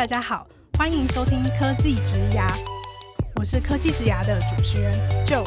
大家好，欢迎收听科技植牙，我是科技植牙的主持人 Joe。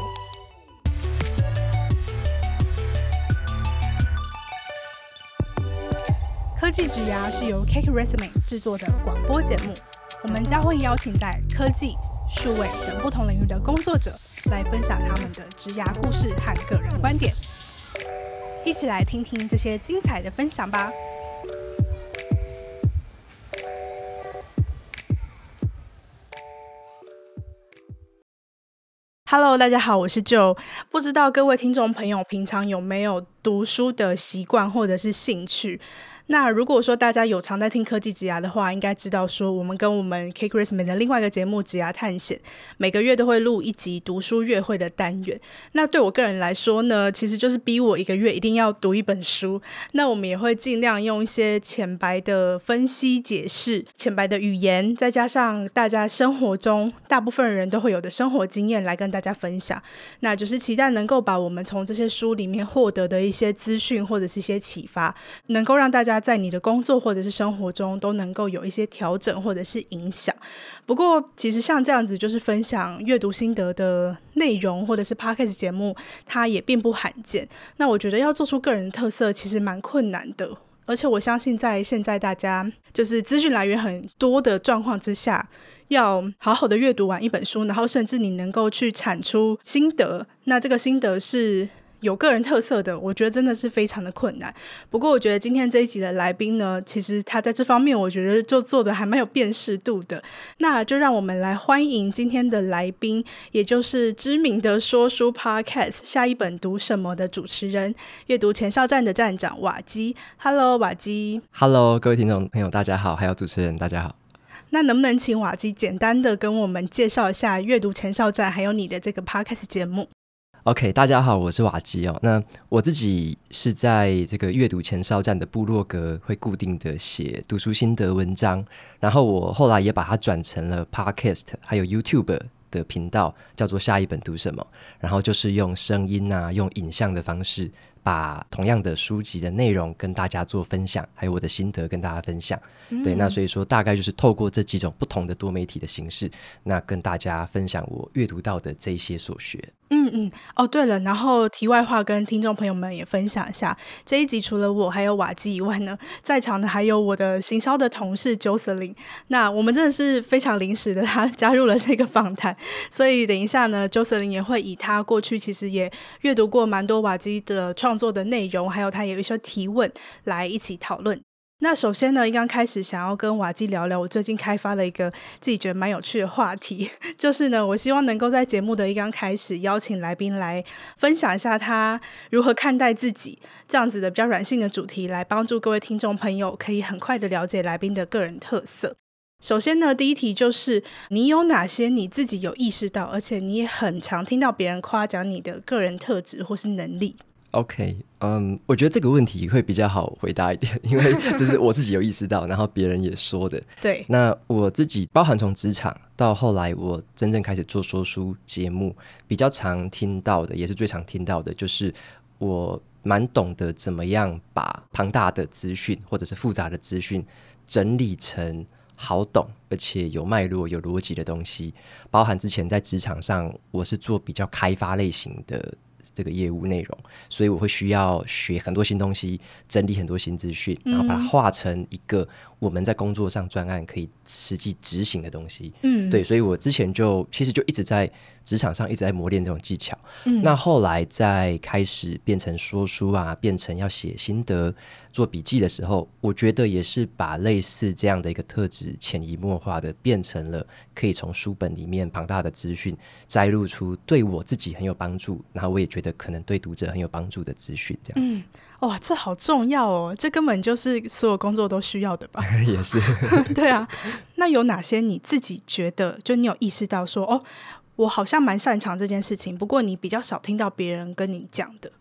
科技植牙是由 Cake Resume 制作的广播节目，我们将会邀请在科技、数位等不同领域的工作者来分享他们的植牙故事和个人观点，一起来听听这些精彩的分享吧。Hello， 大家好，我是 Joe。不知道各位听众朋友平常有没有读书的习惯或者是兴趣？那如果说大家有常在听科技植牙的话，应该知道说我们跟我们 Cake Resume 的另外一个节目植牙探险，每个月都会录一集读书月会的单元。那对我个人来说呢，其实就是逼我一个月一定要读一本书。那我们也会尽量用一些浅白的分析解释、浅白的语言，再加上大家生活中大部分人都会有的生活经验来跟大家分享。那就是期待能够把我们从这些书里面获得的一些资讯或者是一些启发，能够让大家在你的工作或者是生活中都能够有一些调整或者是影响。不过其实像这样子就是分享阅读心得的内容或者是 Podcast 节目，它也并不罕见。那我觉得要做出个人特色其实蛮困难的，而且我相信在现在大家就是资讯来源很多的状况之下，要好好的阅读完一本书，然后甚至你能够去产出心得，那这个心得是有个人特色的，我觉得真的是非常的困难。不过我觉得今天这一集的来宾呢，其实他在这方面我觉得就做的还蛮有辨识度的。那就让我们来欢迎今天的来宾，也就是知名的说书 Podcast 下一本读什么的主持人，阅读前哨站的站长瓦基。 Hello 瓦基。 Hello 各位听众朋友大家好，还有主持人大家好。 那能不能请瓦基简单的跟我们介绍一下阅读前哨站还有你的这个 Podcast 节目 ？OK， 大家好，我是瓦基哦。那我自己是在这个阅读前哨站的部落格会固定的写读书心得文章，然后我后来也把它转成了 Podcast 还有 YouTube 的频道，叫做下一本读什么，然后就是用声音啊用影像的方式把同样的书籍的内容跟大家做分享，还有我的心得跟大家分享。对，那所以说大概就是透过这几种不同的多媒体的形式，那跟大家分享我阅读到的这一些所学。 哦对了，然后题外话跟听众朋友们也分享一下，这一集除了我还有瓦基以外呢，在场的还有我的行销的同事 Jocelyn。 那我们真的是非常临时的他加入了这个访谈，所以等一下呢 Jocelyn 也会以他过去其实也阅读过蛮多瓦基的创作的内容，还有他有一些提问来一起讨论。那首先呢，刚开始想要跟瓦基聊聊我最近开发了一个自己觉得蛮有趣的话题，就是呢，我希望能够在节目的一刚开始邀请来宾来分享一下他如何看待自己这样子的比较软性的主题，来帮助各位听众朋友可以很快的了解来宾的个人特色。首先呢，第一题就是你有哪些你自己有意识到，而且你也很常听到别人夸奖你的个人特质或是能力 ？OK， 我觉得这个问题会比较好回答一点，因为就是我自己有意识到，然后别人也说的。 对， 那我自己包含从职场到后来我真正开始做说书节目，比较常听到的，也是最常听到的，就是我蛮懂得怎么样把庞大的资讯或者是复杂的资讯整理成好懂而且有脉络有逻辑的东西。包含之前在职场上我是做比较开发类型的这个业务内容，所以我会需要学很多新东西，整理很多新资讯，然后把它化成一个我们在工作上专案可以实际执行的东西。对，所以我之前其实就一直在职场上一直在磨练这种技巧。那后来在开始变成说书啊，变成要写心得做笔记的时候，我觉得也是把类似这样的一个特质潜移默化的变成了可以从书本里面庞大的资讯摘录出对我自己很有帮助，然后我也觉得可能对读者很有帮助的资讯这样子。 哇，这好重要哦，这根本就是所有工作都需要的吧？ 也是对啊，那有哪些你自己觉得就你有意识到说我好像蛮擅长这件事情，不过你比较少听到别人跟你讲的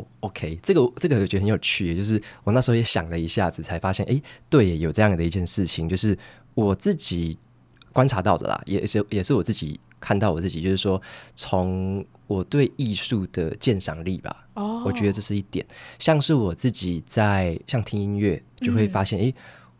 OK， 这个我觉得很有趣，就是我那时候也想了一下子才发现对，有这样的一件事情，就是我自己观察到的啦，也是我自己看到我自己，就是说从我对艺术的鉴赏力吧，我觉得这是一点。像是我自己在像听音乐就会发现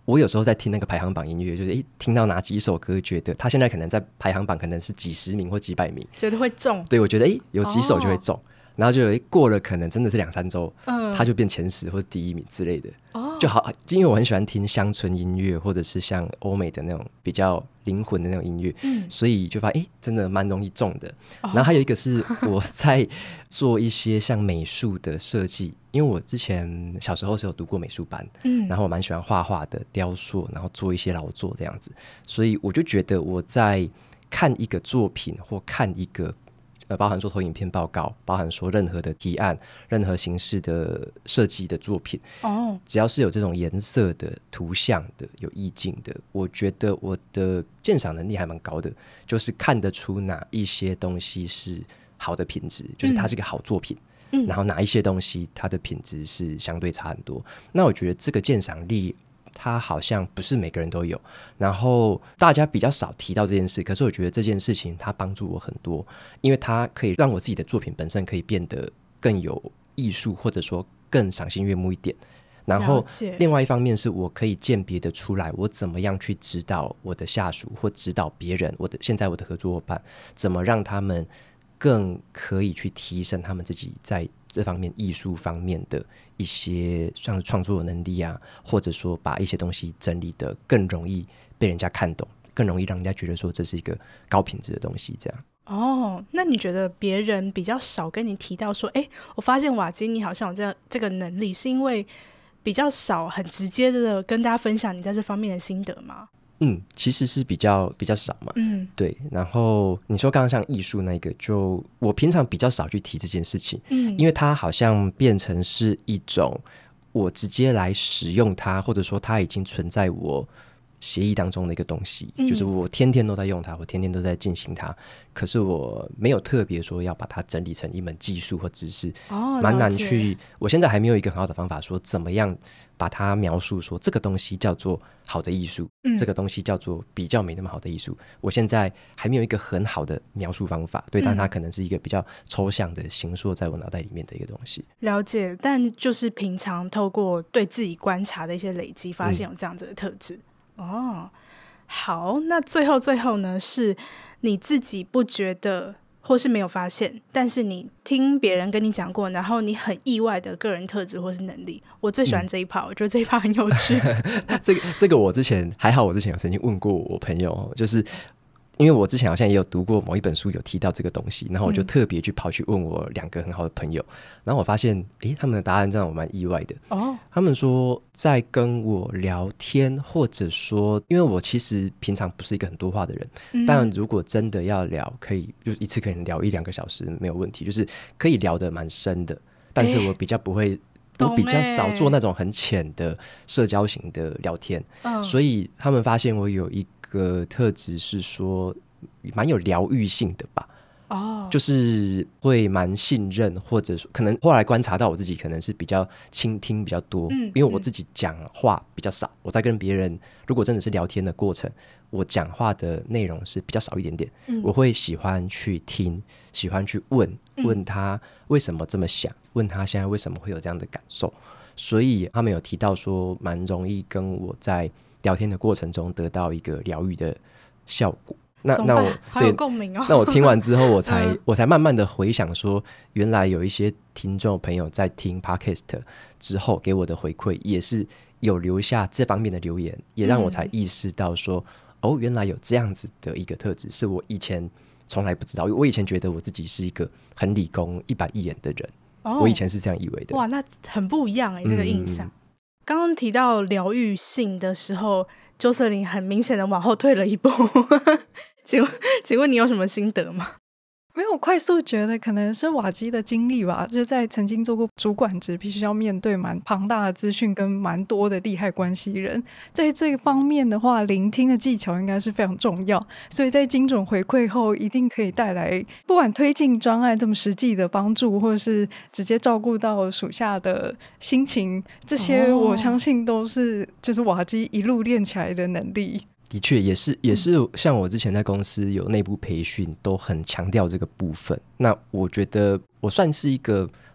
我有时候在听那个排行榜音乐，就是听到哪几首歌，觉得他现在可能在排行榜可能是几十名或几百名， 觉得会中。 对，我觉得有几首就会中，然后就过了可能真的是2-3周，他就变前10或者第1名之类的。就好，因为我很喜欢听乡村音乐，或者是像欧美的那种比较灵魂的那种音乐，所以就发现真的蛮容易中的。然后还有一个是我在做一些像美术的设计，因为我之前小时候是有读过美术班，然后我蛮喜欢画画的雕塑，然后做一些劳作这样子，所以我就觉得我在看一个作品或看一个包含说投影片报告，包含说任何的提案，任何形式的设计的作品，只要是有这种颜色的、图像的、有意境的，我觉得我的鉴赏能力还蛮高的，就是看得出哪一些东西是好的品质，就是它是个好作品，然后哪一些东西它的品质是相对差很多。那我觉得这个鉴赏力它好像不是每个人都有，然后大家比较少提到这件事，可是我觉得这件事情它帮助我很多，因为它可以让我自己的作品本身可以变得更有艺术，或者说更赏心悦目一点。然后另外一方面是我可以鉴别的出来，我怎么样去指导我的下属或指导别人，现在我的合作伙伴怎么让他们更可以去提升他们自己在这方面艺术方面的一些像创作能力啊，或者说把一些东西整理的更容易被人家看懂，更容易让人家觉得说这是一个高品质的东西这样。 那你觉得别人比较少跟你提到说我发现瓦基你好像有这个能力，是因为比较少很直接的跟大家分享你在这方面的心得吗？ 其实是比较少嘛，对。然后你说刚刚像艺术那个，就我平常比较少去提这件事情，因为它好像变成是一种我直接来使用它，或者说它已经存在我协议当中的一个东西，就是我天天都在用它，我天天都在进行它，可是我没有特别说要把它整理成一门技术或知识，蛮难去。我现在还没有一个很好的方法说怎么样把它描述说这个东西叫做好的艺术，这个东西叫做比较没那么好的艺术，我现在还没有一个很好的描述方法，对，但它可能是一个比较抽象的形塑在我脑袋里面的一个东西。 了解，但就是平常透过对自己观察的一些累积，发现有这样子的特质。好，那最后呢，是你自己不觉得或是没有发现，但是你听别人跟你讲过，然后你很意外的个人特质或是能力。我最喜欢这一趴，我觉得这一趴很有趣。 这个我之前还好，我之前有曾经问过我朋友，就是因为我之前好像也有读过某一本书有提到这个东西，然后我就特别跑去问我2个很好的朋友，然后我发现他们的答案让我蛮意外的。他们说在跟我聊天，或者说因为我其实平常不是一个很多话的人，但如果真的要聊，可以就一次可以聊1-2个小时没有问题，就是可以聊得蛮深的，但是我比较不会我比较少做那种很浅的社交型的聊天，所以他们发现我有一个特质是说蛮有疗愈性的吧，就是会蛮信任，或者说可能后来观察到我自己可能是比较倾听比较多，因为我自己讲话比较少，我在跟别人如果真的是聊天的过程，我讲话的内容是比较少一点点，我会喜欢去听，喜欢去问他为什么这么想，问他现在为什么会有这样的感受，所以他们有提到说蛮容易跟我在聊天的过程中得到一个疗愈的效果。那我好有共鸣哦。 那我听完之后我才慢慢的回想说，原来有一些听众朋友在听 Podcast 之后给我的回馈也是有留下这方面的留言，也让我才意识到说原来有这样子的一个特质是我以前从来不知道。我以前觉得我自己是一个很理工一板一眼的人，我以前是这样以为的。 哇，那很不一样这个印象。刚刚提到疗愈性的时候，Jocelyn很明显的往后退了一步。请问你有什么心得吗？ 没有，快速觉得可能是瓦基的经历吧，就在曾经做过主管职，必须要面对蛮庞大的资讯跟蛮多的利害关系人，在这个方面的话，聆听的技巧应该是非常重要，所以在精准回馈后一定可以带来不管推进专案这么实际的帮助，或是直接照顾到属下的心情，这些我相信都是就是瓦基一路练起来的能力。 的确也是像我之前在公司有内部培训都很强调这个部分，那我觉得我算是一个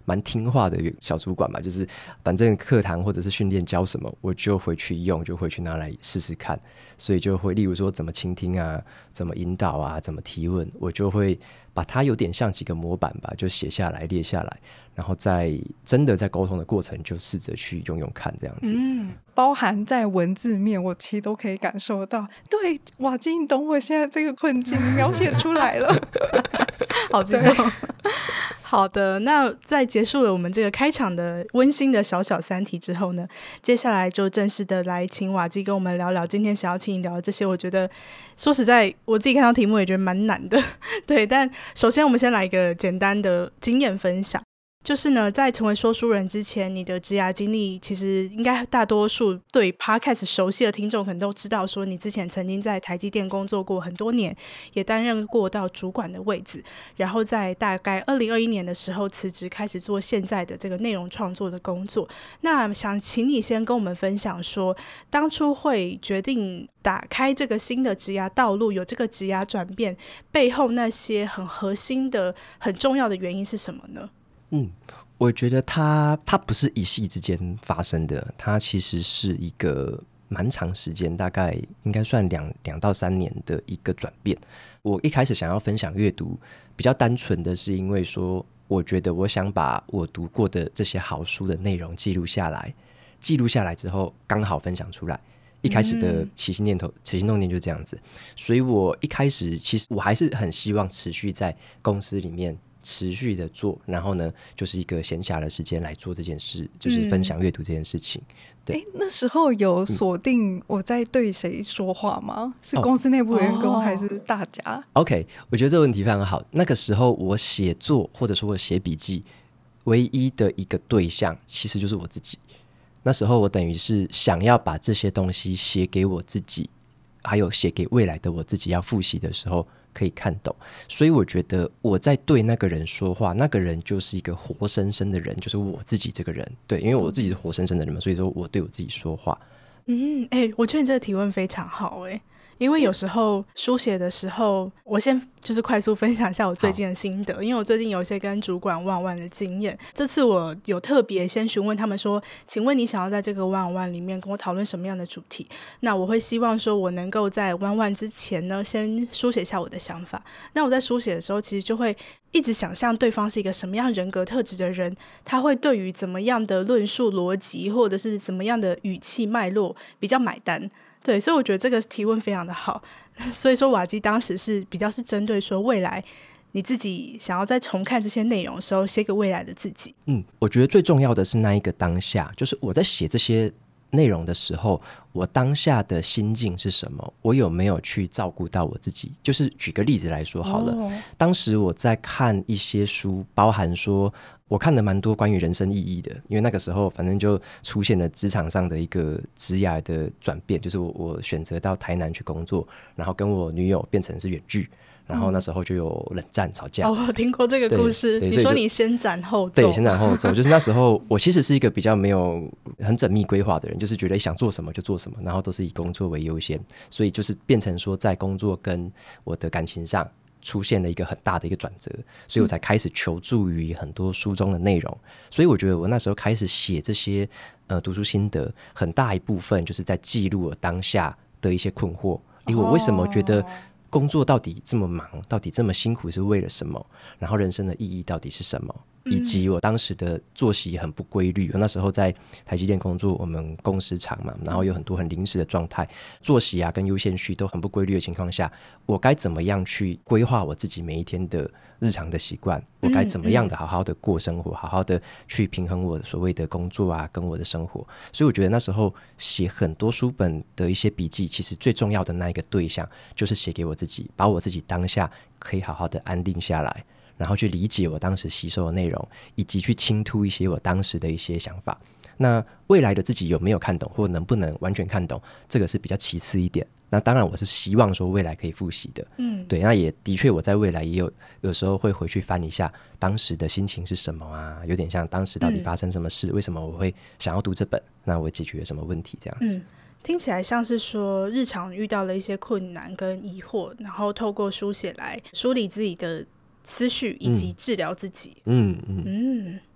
蛮听话的小主管吧，就是反正课堂或者是训练教什么我就回去用，就回去拿来试试看，所以就会例如说怎么倾听啊，怎么引导啊，怎么提问，我就会把它有点像几个模板吧，就写下来列下来，然后真的在沟通的过程就试着去用用看这样子。 包含在文字面我其实都可以感受到，对，瓦基你懂我现在这个困境描写出来了好激动好的，那在结束了我们这个开场的温馨的小小三题之后呢，接下来就正式的来请瓦基跟我们聊聊今天想要请你聊的这些，我觉得说实在我自己看到题目也觉得蛮难的对，但首先我们先来一个简单的经验分享，就是呢，在成为说书人之前，你的职涯经历其实应该大多数对 Podcast 熟悉的听众可能都知道，说你之前曾经在台积电工作过很多年，也担任过到主管的位置，然后在大概2021年的时候辞职，开始做现在的这个内容创作的工作。那想请你先跟我们分享说，当初会决定打开这个新的职涯道路，有这个职涯转变背后那些很核心的很重要的原因是什么呢？ 我觉得它不是一夕之间发生的，它其实是一个蛮长时间，大概应该算2到3年的一个转变。我一开始想要分享阅读，比较单纯的是因为说，我觉得我想把我读过的这些好书的内容记录下来，记录下来之后刚好分享出来。一开始的起心动念就这样子，所以我一开始其实我还是很希望持续在公司里面持续的做，然后呢就是一个闲暇的时间来做这件事，就是分享阅读这件事情。对， 那时候有锁定我在对谁说话吗？是公司内部员工还是大家 ？OK， 我觉得这个问题非常好。那个时候我写作或者说我写笔记，唯一的一个对象其实就是我自己。那时候我等于是想要把这些东西写给我自己，还有写给未来的我自己要复习的时候可以看懂，所以我觉得我在对那个人说话，那个人就是一个活生生的人，就是我自己这个人。对，因为我自己是活生生的人嘛，所以说我对我自己说话。 我觉得你这个提问非常好因为有时候书写的时候，我先就是快速分享一下我最近的心得，因为我最近有一些跟主管one-on-one的经验，这次我有特别先询问他们说，请问你想要在这个one-on-one里面跟我讨论什么样的主题，那我会希望说我能够在one-on-one之前呢先书写一下我的想法，那我在书写的时候其实就会一直想象对方是一个什么样人格特质的人，他会对于怎么样的论述逻辑或者是怎么样的语气脉络比较买单。对，所以我觉得这个提问非常的好，所以说瓦基当时是比较是针对说未来你自己想要再重看这些内容的时候写给未来的自己。 我觉得最重要的是那一个当下，就是我在写这些内容的时候，我当下的心境是什么，我有没有去照顾到我自己。就是举个例子来说好了，当时我在看一些书，包含说我看了蛮多关于人生意义的，因为那个时候反正就出现了职场上的一个职涯的转变，就是我选择到台南去工作，然后跟我女友变成是远距，然后那时候就有冷战吵架。 我听过这个故事，你说你先斩后奏。 对，先斩后奏。就是那时候我其实是一个比较没有很缜密规划的人，就是觉得想做什么就做什么，然后都是以工作为优先，所以就是变成说在工作跟我的感情上出现了一个很大的一个转折，所以我才开始求助于很多书中的内容。所以我觉得我那时候开始写这些读书心得，很大一部分就是在记录我当下的一些困惑。我为什么觉得工作到底这么忙，到底这么辛苦是为了什么，然后人生的意义到底是什么，以及我当时的作息很不规律。我那时候在台积电工作，我们公司长嘛，然后有很多很临时的状态，作息啊跟优先序都很不规律的情况下，我该怎么样去规划我自己每一天的日常的习惯，我该怎么样的好好的过生活，好好的去平衡我所谓的工作啊跟我的生活。所以我觉得那时候写很多书本的一些笔记，其实最重要的那一个对象就是写给我自己，把我自己当下可以好好的安定下来，然后去理解我当时吸收的内容，以及去倾吐一些我当时的一些想法。那未来的自己有没有看懂，或能不能完全看懂，这个是比较其次一点。那当然我是希望说未来可以复习的，对，那也的确我在未来也有时候会回去翻一下当时的心情是什么啊，有点像当时到底发生什么事，为什么我会想要读这本，那我解决了什么问题这样子。 听起来像是说日常遇到了一些困难跟疑惑，然后透过书写来梳理自己的思绪以及治疗自己。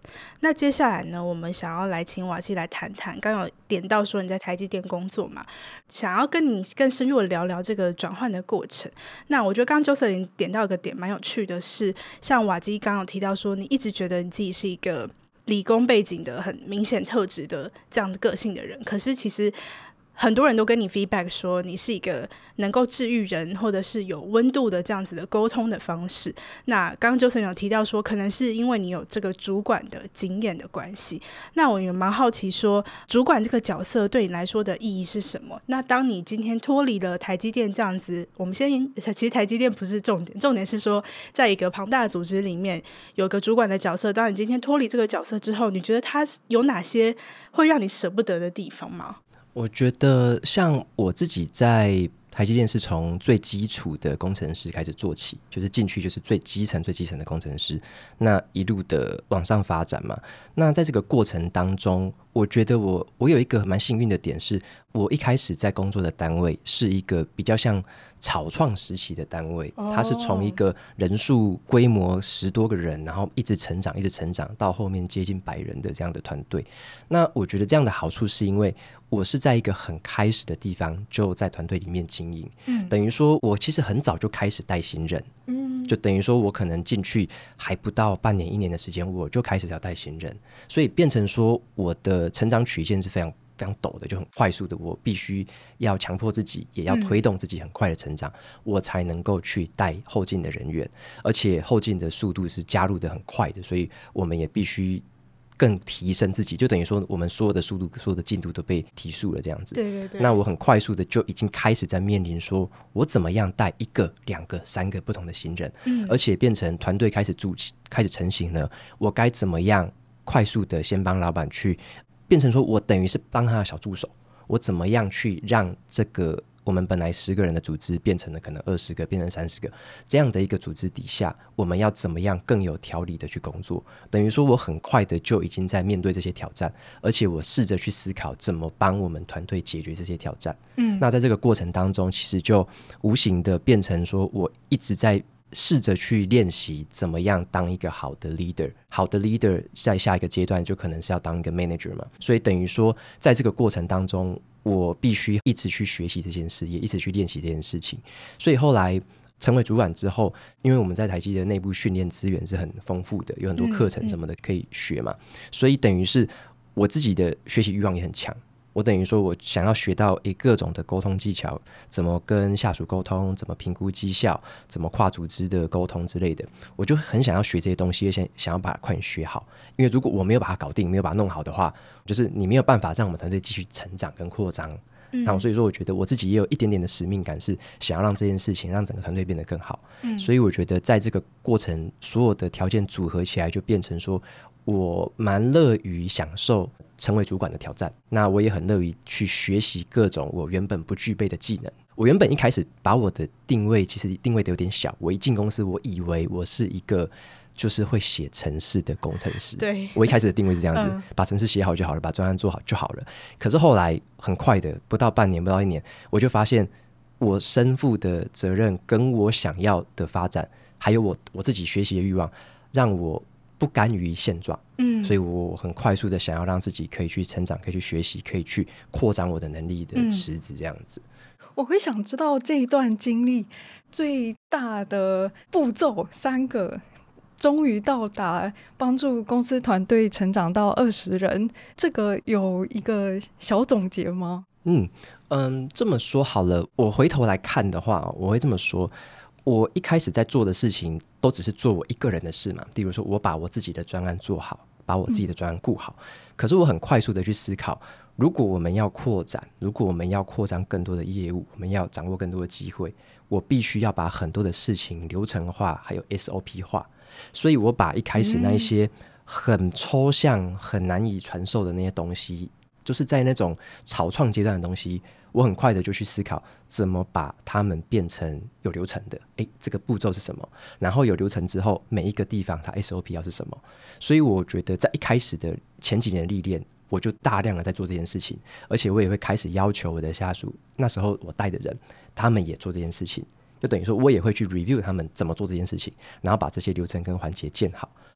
那接下来呢，我们想要来请瓦基来谈谈，刚有点到说你在台积电工作嘛，想要跟你更深入的聊聊这个转换的过程。那我觉得刚刚 Jocelyn 点到一个点蛮有趣的是，像瓦基刚刚有提到说，你一直觉得你自己是一个理工背景的很明显特质的这样的个性的人，可是其实很多人都跟你 feedback 说你是一个能够治愈人或者是有温度的这样子的沟通的方式。那刚刚 Jocelyn 有提到说可能是因为你有这个主管的经验的关系，那我也蛮好奇说主管这个角色对你来说的意义是什么。那当你今天脱离了台积电这样子，我们其实台积电不是重点，重点是说在一个庞大的组织里面有个主管的角色，当你今天脱离这个角色之后，你觉得他有哪些会让你舍不得的地方吗？ 我觉得像我自己在台积电是从最基础的工程师开始做起，就是进去就是最基层的工程师，那一路的往上发展嘛。那在这个过程当中，我觉得我有一个蛮幸运的点是，我一开始在工作的单位是一个比较像草创时期的单位，它是从一个人数规模10多个人，然后一直成长到后面接近100人的这样的团队。那我觉得这样的好处是因为我是在一个很开始的地方就在团队里面经营，等于说我其实很早就开始带新人，就等于说我可能进去还不到半年1年的时间，我就开始要带新人，所以变成说我的成长曲线是非常陡的，就很快速的，我必须要强迫自己，也要推动自己很快的成长，我才能够去带后进的人员，而且后进的速度是加入的很快的，所以我们也必须更提升自己，就等于说我们所有的速度所有的进度都被提速了这样子。 对对对。 那我很快速的就已经开始在面临说我怎么样带1个2个3个不同的新人，而且变成团队开始成型了，我该怎么样快速的先帮老板去变成说我等于是帮他的小助手，我怎么样去让这个我们本来10个人的组织变成了可能20个变成30个这样的一个组织底下，我们要怎么样更有条理的去工作，等于说我很快的就已经在面对这些挑战，而且我试着去思考怎么帮我们团队解决这些挑战。那在这个过程当中其实就无形的变成说我一直在试着去练习怎么样当一个好的 leader， 好的 leader 在下一个阶段就可能是要当一个 manager 嘛，所以等于说在这个过程当中我必须一直去学习这件事，也一直去练习这件事情。所以后来成为主管之后，因为我们在台积的内部训练资源是很丰富的，有很多课程什么的可以学嘛，所以等于是我自己的学习欲望也很强，我等于说我想要学到各种的沟通技巧，怎么跟下属沟通，怎么评估绩效，怎么跨组织的沟通之类的，我就很想要学这些东西，想要把它快点学好。因为如果我没有把它搞定，没有把它弄好的话，就是你没有办法让我们团队继续成长跟扩张。那所以说我觉得我自己也有一点点的使命感，是想要让这件事情让整个团队变得更好。所以我觉得在这个过程所有的条件组合起来，就变成说我蛮乐于享受成为主管的挑战，那我也很乐于去学习各种我原本不具备的技能。我原本一开始把我的定位其实定位的有点小，我一进公司我以为我是一个就是会写程式的工程师， 对， 我一开始的定位是这样子，把程式写好就好了，把专案做好就好了。可是后来很快的不到半年不到1年，我就发现我身负的责任跟我想要的发展还有我自己学习的欲望让我不甘于现状，所以我很快速的想要让自己可以去成长，可以去学习，可以去扩张我的能力的池子这样子。 我会想知道这一段经历最大的步骤3个，终于到达帮助公司团队成长到20人，这个有一个小总结吗？ 这么说好了，我回头来看的话，我会这么说，我一开始在做的事情都只是做我一个人的事嘛，例如说我把我自己的专案做好，把我自己的专案顾好，可是我很快速的去思考，如果我们要扩展，如果我们要扩张更多的业务，我们要掌握更多的机会，我必须要把很多的事情流程化还有 SOP 化，所以我把一开始那一些很抽象很难以传授的那些东西，就是在那种草创阶段的东西，我很快的就去思考怎么把它们变成有流程的，这个步骤是什么，然后有流程之后每一个地方它 SOP 要是什么。所以我觉得在一开始的前几年的历练，我就大量的在做这件事情，而且我也会开始要求我的下属，那时候我带的人他们也做这件事情，就等于说我也会去 review 他们怎么做这件事情，然后把这些流程跟环节建好，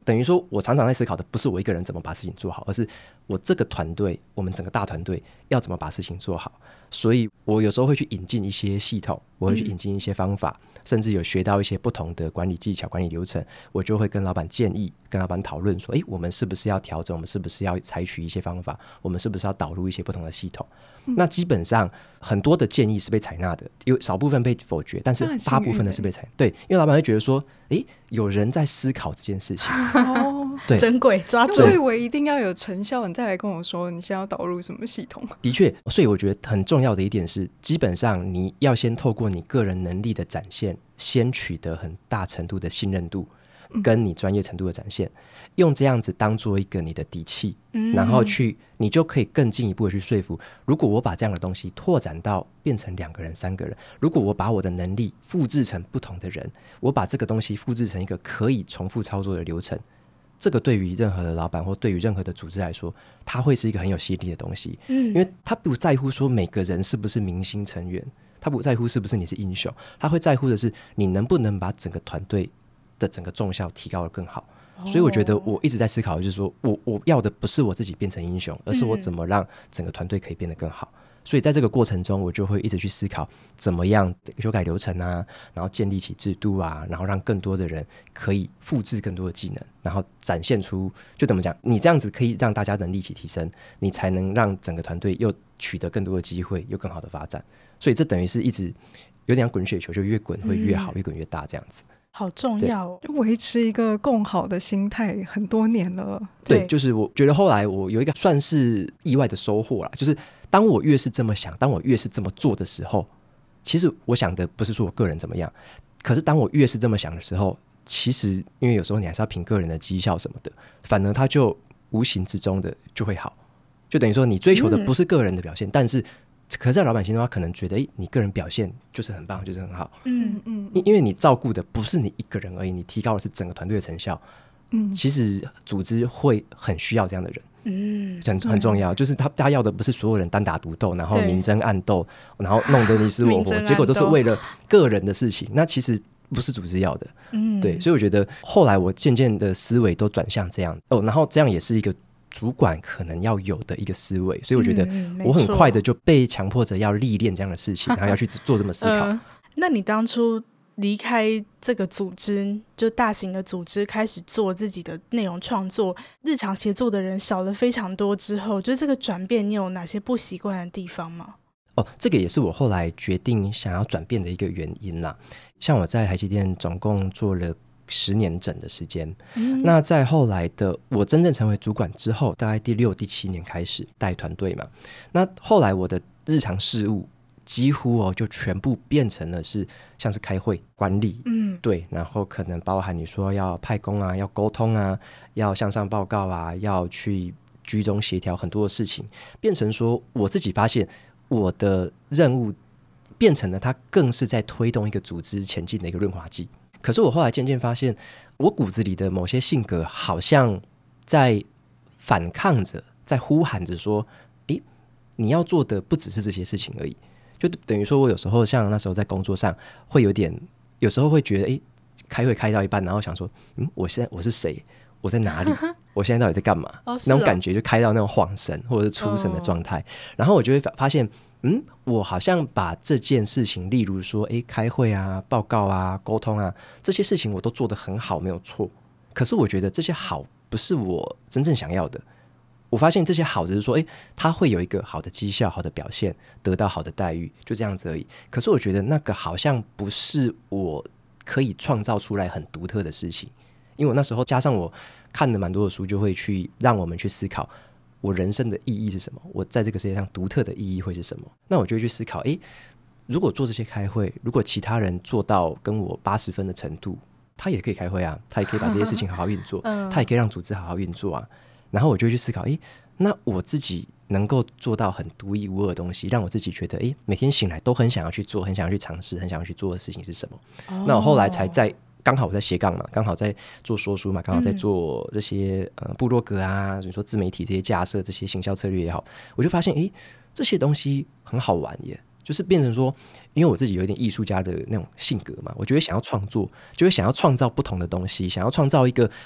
等于说我常常在思考的不是我一个人怎么把事情做好，而是我这个团队，我们整个大团队要怎么把事情做好。所以我有时候会去引进一些系统，我会去引进一些方法，甚至有学到一些不同的管理技巧、管理流程，我就会跟老板建议，跟老板讨论说，我们是不是要调整，我们是不是要采取一些方法，我们是不是要导入一些不同的系统。那基本上很多的建议是被采纳的，有少部分被否决，但是大部分的是被采纳。对，因为老板会觉得说有人在思考这件事情对， 珍贵抓住。 我以为一定要有成效你再来跟我说你现在要导入什么系统。 的确，所以我觉得很重要的一点是，基本上你要先透过你个人能力的展现，先取得很大程度的信任度跟你专业程度的展现，用这样子当做一个你的底气，然后你就可以更进一步的去说服，如果我把这样的东西拓展到变成2个人3个人，如果我把我的能力复制成不同的人，我把这个东西复制成一个可以重复操作的流程，这个对于任何的老板或对于任何的组织来说，它会是一个很有吸引力的东西。因为他不在乎说每个人是不是明星成员，他不在乎是不是你是英雄，他会在乎的是你能不能把整个团队的整个重效提高得更好。所以我觉得我一直在思考的就是说，我要的不是我自己变成英雄，而是我怎么让整个团队可以变得更好。所以在这个过程中，我就会一直去思考怎么样修改流程啊，然后建立起制度啊，然后让更多的人可以复制更多的技能，然后展现出，就怎么讲，你这样子可以让大家能力一起提升，你才能让整个团队又取得更多的机会，有更好的发展。所以这等于是一直有点像滚雪球，就越滚会越好，越滚越大这样子。 好重要哦， 就维持一个共好的心态很多年了。 对，就是我觉得后来我有一个算是意外的收获啦，就是当我越是这么想，当我越是这么做的时候，其实我想的不是说我个人怎么样，可是当我越是这么想的时候，其实因为有时候你还是要凭个人的绩效什么的，反而它就无形之中的就会好，就等于说你追求的不是个人的表现，但是可是在老板心中他可能觉得你个人表现就是很棒，就是很好，因为你照顾的不是你一个人而已，你提高的是整个团队的成效。其实组织会很需要这样的人，很重要，就是他要的不是所有人单打独斗，然后明争暗斗，然后弄得你死我活，结果都是为了个人的事情，那其实不是组织要的。对，所以我觉得后来我渐渐的思维都转向这样然后这样也是一个主管可能要有的一个思维，所以我觉得我很快的就被强迫着要历练这样的事情，然后要去做这么思考。 那你当初离开这个组织，就大型的组织，开始做自己的内容创作，日常协作的人少了非常多之后，就这个转变你有哪些不习惯的地方吗？ 这个也是我后来决定想要转变的一个原因啦。像我在台积电总共做了10年整的时间，那在后来的我真正成为主管之后，大概第6、第7年开始带团队嘛，那后来我的日常事务几乎就全部变成了是像是开会管理，对，然后可能包含你说要派工啊，要沟通啊，要向上报告啊，要去居中协调很多的事情，变成说我自己发现我的任务变成了它更是在推动一个组织前进的一个润滑剂。可是我后来渐渐发现，我骨子里的某些性格好像在反抗着，在呼喊着说你要做的不只是这些事情而已。就等于说我有时候像那时候在工作上会有时候会觉得开会开到一半，然后想说我是谁，我在哪里我现在到底在干嘛那种感觉，就开到那种恍神或者是出神的状态，然后我就会发现我好像把这件事情，例如说开会啊、报告啊、沟通啊，这些事情我都做得很好，没有错，可是我觉得这些好不是我真正想要的。我发现这些好只是说他会有一个好的绩效、好的表现，得到好的待遇，就这样子而已。可是我觉得那个好像不是我可以创造出来很独特的事情，因为我那时候加上我看了蛮多的书，就会去让我们去思考我人生的意义是什么，我在这个世界上独特的意义会是什么。那我就会去思考如果做这些开会，如果其他人做到跟我80分的程度，他也可以开会啊，他也可以把这些事情好好运作他也可以让组织好好运作啊。然后我就会去思考那我自己能够做到很独一无二的东西，让我自己觉得每天醒来都很想要去做，很想要去尝试，很想要去做的事情是什么那我后来才刚好我在斜杠嘛，刚好在做说书嘛，刚好在做这些部落格啊，你说自媒体这些架设，这些行销策略也好，我就发现这些东西很好玩耶，就是变成说，因为我自己有一点艺术家的那种性格嘛，我就会想要创作，就会想要创造不同的东西，想要创造一个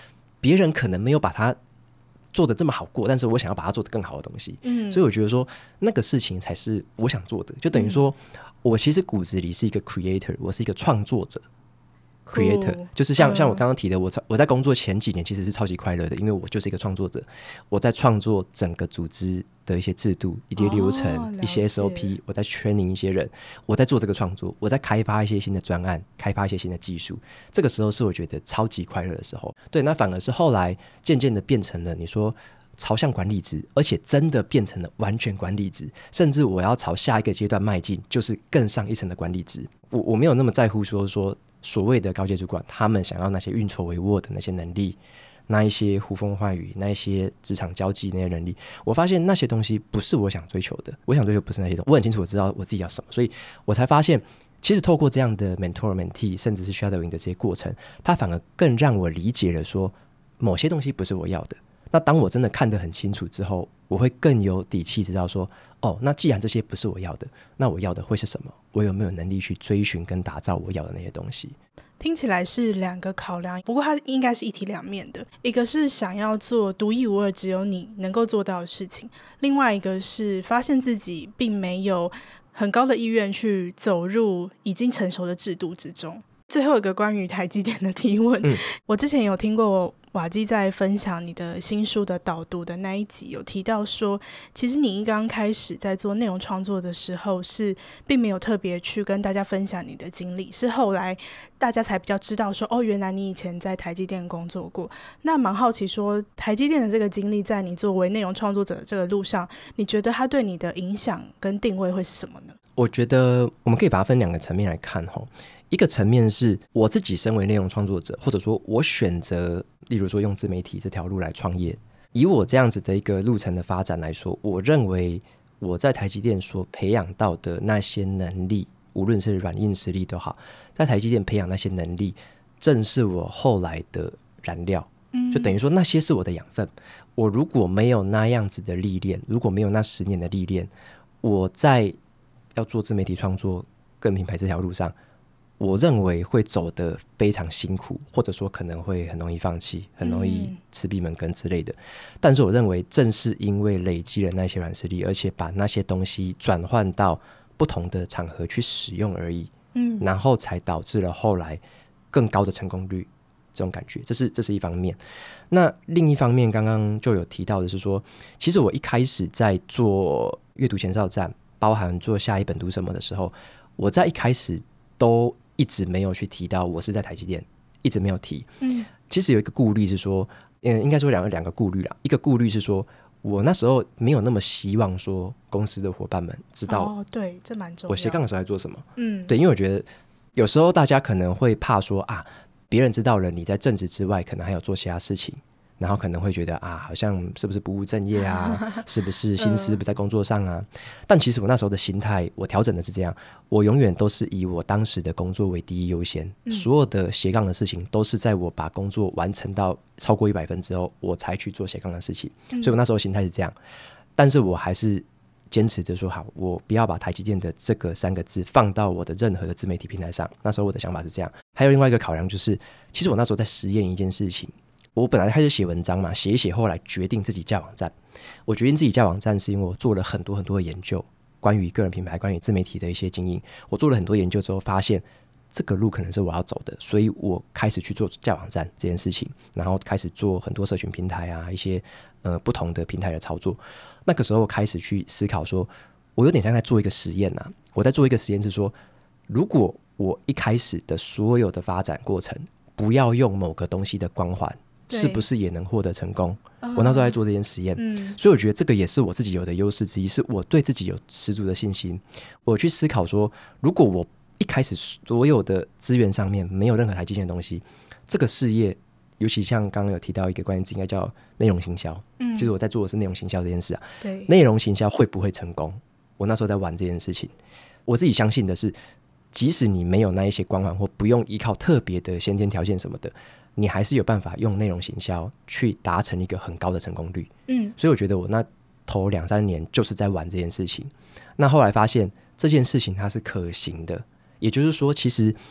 别人可能没有把它做得这么好过，但是我想要把它做得更好的东西。所以我觉得说那个事情才是我想做的，就等于说我其实骨子里是一个 creator， 我是一个创作者。creator 就是像我刚刚提的，我在工作前几年其实是超级快乐的，因为我就是一个创作者，我在创作整个组织的一些制度、一些流程、一些 SOP， 我在 training 一些人，我在做这个创作，我在开发一些新的专案，开发一些新的技术，这个时候是我觉得超级快乐的时候。对，那反而是后来渐渐的变成了你说朝向管理职，而且真的变成了完全管理职，甚至我要朝下一个阶段迈进，就是更上一层的管理职。我没有那么在乎说所谓的高阶主管他们想要那些运筹帷幄的那些能力，那一些呼风唤雨，那一些职场交际那些能力，我发现那些东西不是我想追求的。我想追求不是那些东西，我很清楚我知道我自己要什么，所以我才发现其实透过这样的 mentor mentee 甚至是 shadowing 的这些过程，它反而更让我理解了说某些东西不是我要的。那当我真的看得很清楚之后，我会更有底气知道说那既然这些不是我要的，那我要的会是什么？我有没有能力去追寻跟打造我要的那些东西？ 听起来是两个考量，不过它应该是一体两面的。一个是想要做独一无二只有你能够做到的事情，另外一个是发现自己并没有很高的意愿去走入已经成熟的制度之中。最后一个关于台积电的提问，我之前有听过瓦基在分享你的新书的导读的那一集，有提到说其实你一刚开始在做内容创作的时候是并没有特别去跟大家分享你的经历，是后来大家才比较知道说原来你以前在台积电工作过。那蛮好奇说台积电的这个经历在你作为内容创作者的这个路上，你觉得它对你的影响跟定位会是什么呢？ 我觉得我们可以把它分两个层面来看。一个层面是我自己身为内容创作者，或者说我选择例如说用自媒体这条路来创业，以我这样子的一个路程的发展来说，我认为我在台积电所培养到的那些能力，无论是软硬实力都好，在台积电培养那些能力正是我后来的燃料，就等于说那些是我的养分。我如果没有那样子的历练，如果没有那10年的历练，我在要做自媒体创作个人品牌这条路上，我认为会走得非常辛苦，或者说可能会很容易放弃，很容易吃闭门羹之类的。但是我认为正是因为累积了那些软实力，而且把那些东西转换到不同的场合去使用而已，然后才导致了后来更高的成功率，这种感觉。这是一方面。那另一方面刚刚就有提到的是说，其实我一开始在做阅读前哨站，包含做下一本读什么的时候，我在一开始都一直没有去提到我是在台积电，一直没有提。其实有一个顾虑是说，应该说两个顾虑啦。一个顾虑是说，我那时候没有那么希望说公司的伙伴们知道， 对，这蛮重要的。 我斜杠的时候在做什么。对，因为我觉得有时候大家可能会怕说别人知道了你在正职之外可能还有做其他事情，然后可能会觉得好像是不是不务正业啊是不是心思不在工作上啊但其实我那时候的心态，我调整的是这样，我永远都是以我当时的工作为第一优先，所有的斜杠的事情都是在我把工作完成到超过100分之后，我才去做斜杠的事情。所以我那时候心态是这样，但是我还是坚持着说好，我不要把台积电的这个3个字放到我的任何的自媒体平台上。那时候我的想法是这样。还有另外一个考量就是，其实我那时候在实验一件事情。我本来开始写文章嘛，写一写，后来决定自己架网站。我决定自己架网站是因为我做了很多很多的研究，关于个人品牌，关于自媒体的一些经营。我做了很多研究之后发现这个路可能是我要走的，所以我开始去做架网站这件事情，然后开始做很多社群平台一些不同的平台的操作。那个时候开始去思考说，我有点像在做一个实验我在做一个实验是说，如果我一开始的所有的发展过程不要用某个东西的光环，是不是也能获得成功？我那时候在做这件实验，所以我觉得这个也是我自己有的优势之一，是我对自己有十足的信心。我去思考说，如果我一开始所有的资源上面没有任何台积电的东西，这个事业，尤其像刚刚有提到一个关键字，应该叫内容行销。其实我在做的是内容行销这件事对， 内容行销会不会成功？我那时候在玩这件事情，我自己相信的是，即使你没有那一些光环，或不用依靠特别的先天条件什么的，你还是有办法用内容行销去达成一个很高的成功率。所以我觉得我那头2-3年就是在玩这件事情。那后来发现这件事情它是可行的，也就是说其实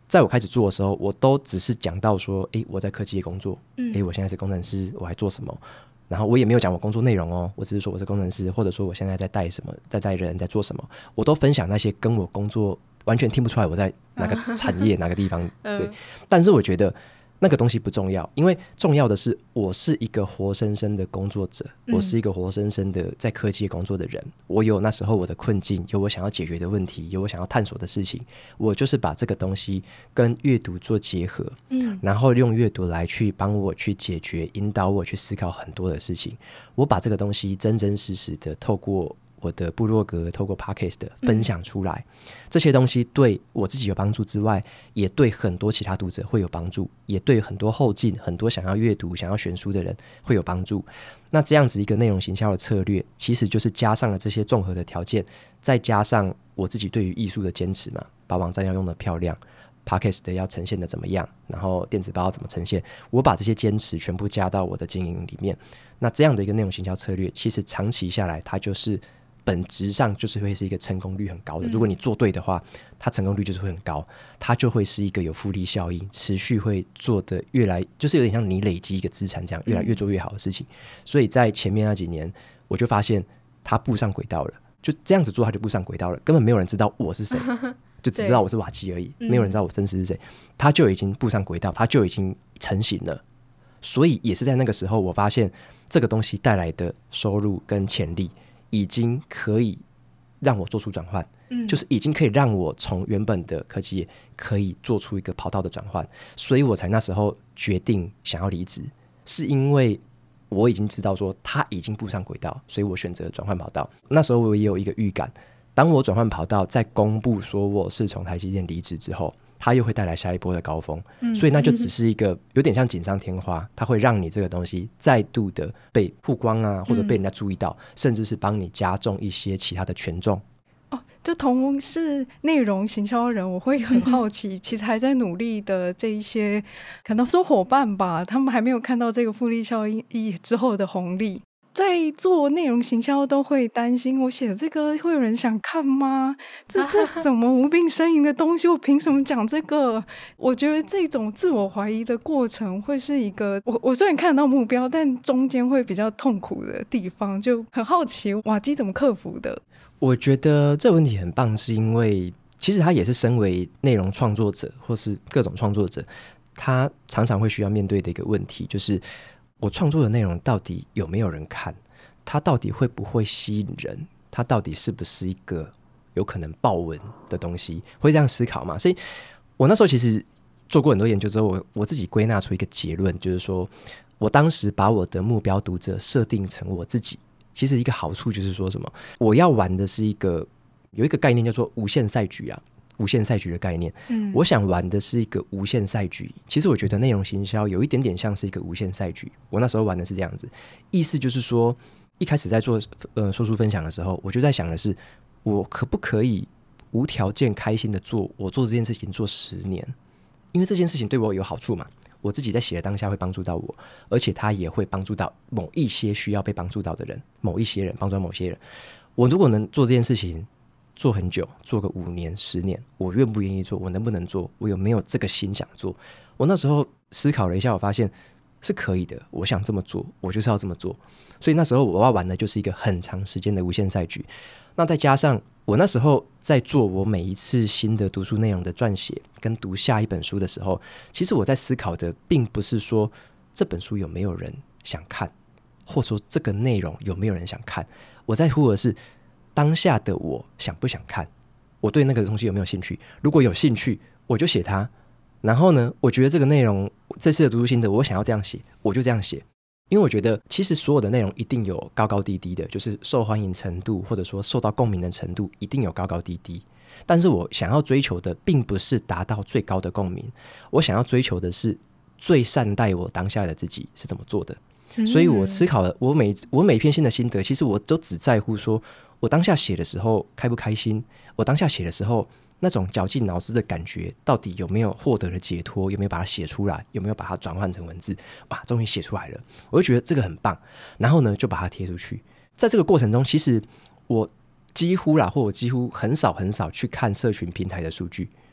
在我开始做的时候，我都只是讲到说，我在科技业工作，我现在是工程师，我还做什么，然后我也没有讲我工作内容哦，我只是说我是工程师，或者说我现在在带什么，在带人，在做什么，我都分享那些跟我工作完全听不出来我在哪个产业哪个地方对，但是我觉得那个东西不重要，因为重要的是我是一个活生生的工作者，我是一个活生生的在科技工作的人，我有那时候我的困境，有我想要解决的问题，有我想要探索的事情，我就是把这个东西跟阅读做结合，然后用阅读来去帮我去解决，引导我去思考很多的事情，我把这个东西真真实实的透过我的部落格，透过 Podcast 的分享出来，这些东西对我自己有帮助之外，也对很多其他读者会有帮助，也对很多后进很多想要阅读想要选书的人会有帮助。那这样子一个内容行销的策略，其实就是加上了这些综合的条件，再加上我自己对于艺术的坚持嘛，把网站要用得漂亮， Podcast 的要呈现的怎么样，然后电子报要怎么呈现，我把这些坚持全部加到我的经营里面。那这样的一个内容行销策略，其实长期下来它就是本质上就是会是一个成功率很高的，如果你做对的话，它成功率就是会很高，它就会是一个有复利效应，持续会做的越来，就是有点像你累积一个资产这样，越来越做越好的事情。所以在前面那几年我就发现它步上轨道了，就这样子做它就步上轨道了，根本没有人知道我是谁就只知道我是瓦基而已，没有人知道我真实是谁，它就已经步上轨道，它就已经成型了。所以也是在那个时候我发现这个东西带来的收入跟潜力已经可以让我做出转换，就是已经可以让我从原本的科技业可以做出一个跑道的转换，所以我才那时候决定想要离职，是因为我已经知道说他已经步上轨道，所以我选择转换跑道。那时候我也有一个预感，当我转换跑道在公布说我是从台积电离职之后，它又会带来下一波的高峰，所以那就只是一个有点像锦上添花，它会让你这个东西再度的被曝光啊，或者被人家注意到，甚至是帮你加重一些其他的权重。 就同是内容行销人，我会很好奇其实还在努力的这一些可能说伙伴吧，他们还没有看到这个复利效应之后的红利，在做内容行销都会担心我写这个会有人想看吗？这什么无病呻吟的东西，我凭什么讲这个？我觉得这种自我怀疑的过程会是一个我虽然看得到目标，但中间会比较痛苦的地方，就很好奇瓦基怎么克服的。 我觉得这个问题很棒，是因为其实他也是身为内容创作者或是各种创作者，他常常会需要面对的一个问题，就是我创作的内容到底有没有人看，它到底会不会吸引人，它到底是不是一个有可能爆文的东西，会这样思考嘛？所以我那时候其实做过很多研究之后，我自己归纳出一个结论，就是说我当时把我的目标读者设定成我自己，其实一个好处就是说什么，我要玩的是有一个概念叫做无限赛局啊，无限赛局的概念，我想玩的是一个无限赛局。其实我觉得内容行销有一点点像是一个无限赛局，我那时候玩的是这样子，意思就是说一开始在做说书分享的时候，我就在想的是我可不可以无条件开心的我做这件事情做10年，因为这件事情对我有好处嘛，我自己在写的当下会帮助到我，而且它也会帮助到某一些需要被帮助到的人，某一些人帮助到某些人。我如果能做这件事情做很久，做个5年10年，我愿不愿意做，我能不能做，我有没有这个心想做。我那时候思考了一下，我发现是可以的，我想这么做，我就是要这么做。所以那时候我要玩的就是一个很长时间的无限赛局。那再加上我那时候在做我每一次新的读书内容的撰写跟读下一本书的时候，其实我在思考的并不是说这本书有没有人想看，或者说这个内容有没有人想看，我在乎的是当下的我想不想看，我对那个东西有没有兴趣。如果有兴趣我就写它，然后呢我觉得这个内容这次的读书心得我想要这样写，我就这样写。因为我觉得其实所有的内容一定有高高低低的，就是受欢迎程度或者说受到共鸣的程度一定有高高低低，但是我想要追求的并不是达到最高的共鸣，我想要追求的是最善待我当下的自己是怎么做的。所以我思考了我每篇新的心得，其实我都只在乎说我当下写的时候开不开心，我当下写的时候那种绞尽脑汁的感觉到底有没有获得了解脱，有没有把它写出来，有没有把它转换成文字，哇，终于写出来了，我就觉得这个很棒，然后呢就把它贴出去。在这个过程中其实我几乎很少去看社群平台的数据，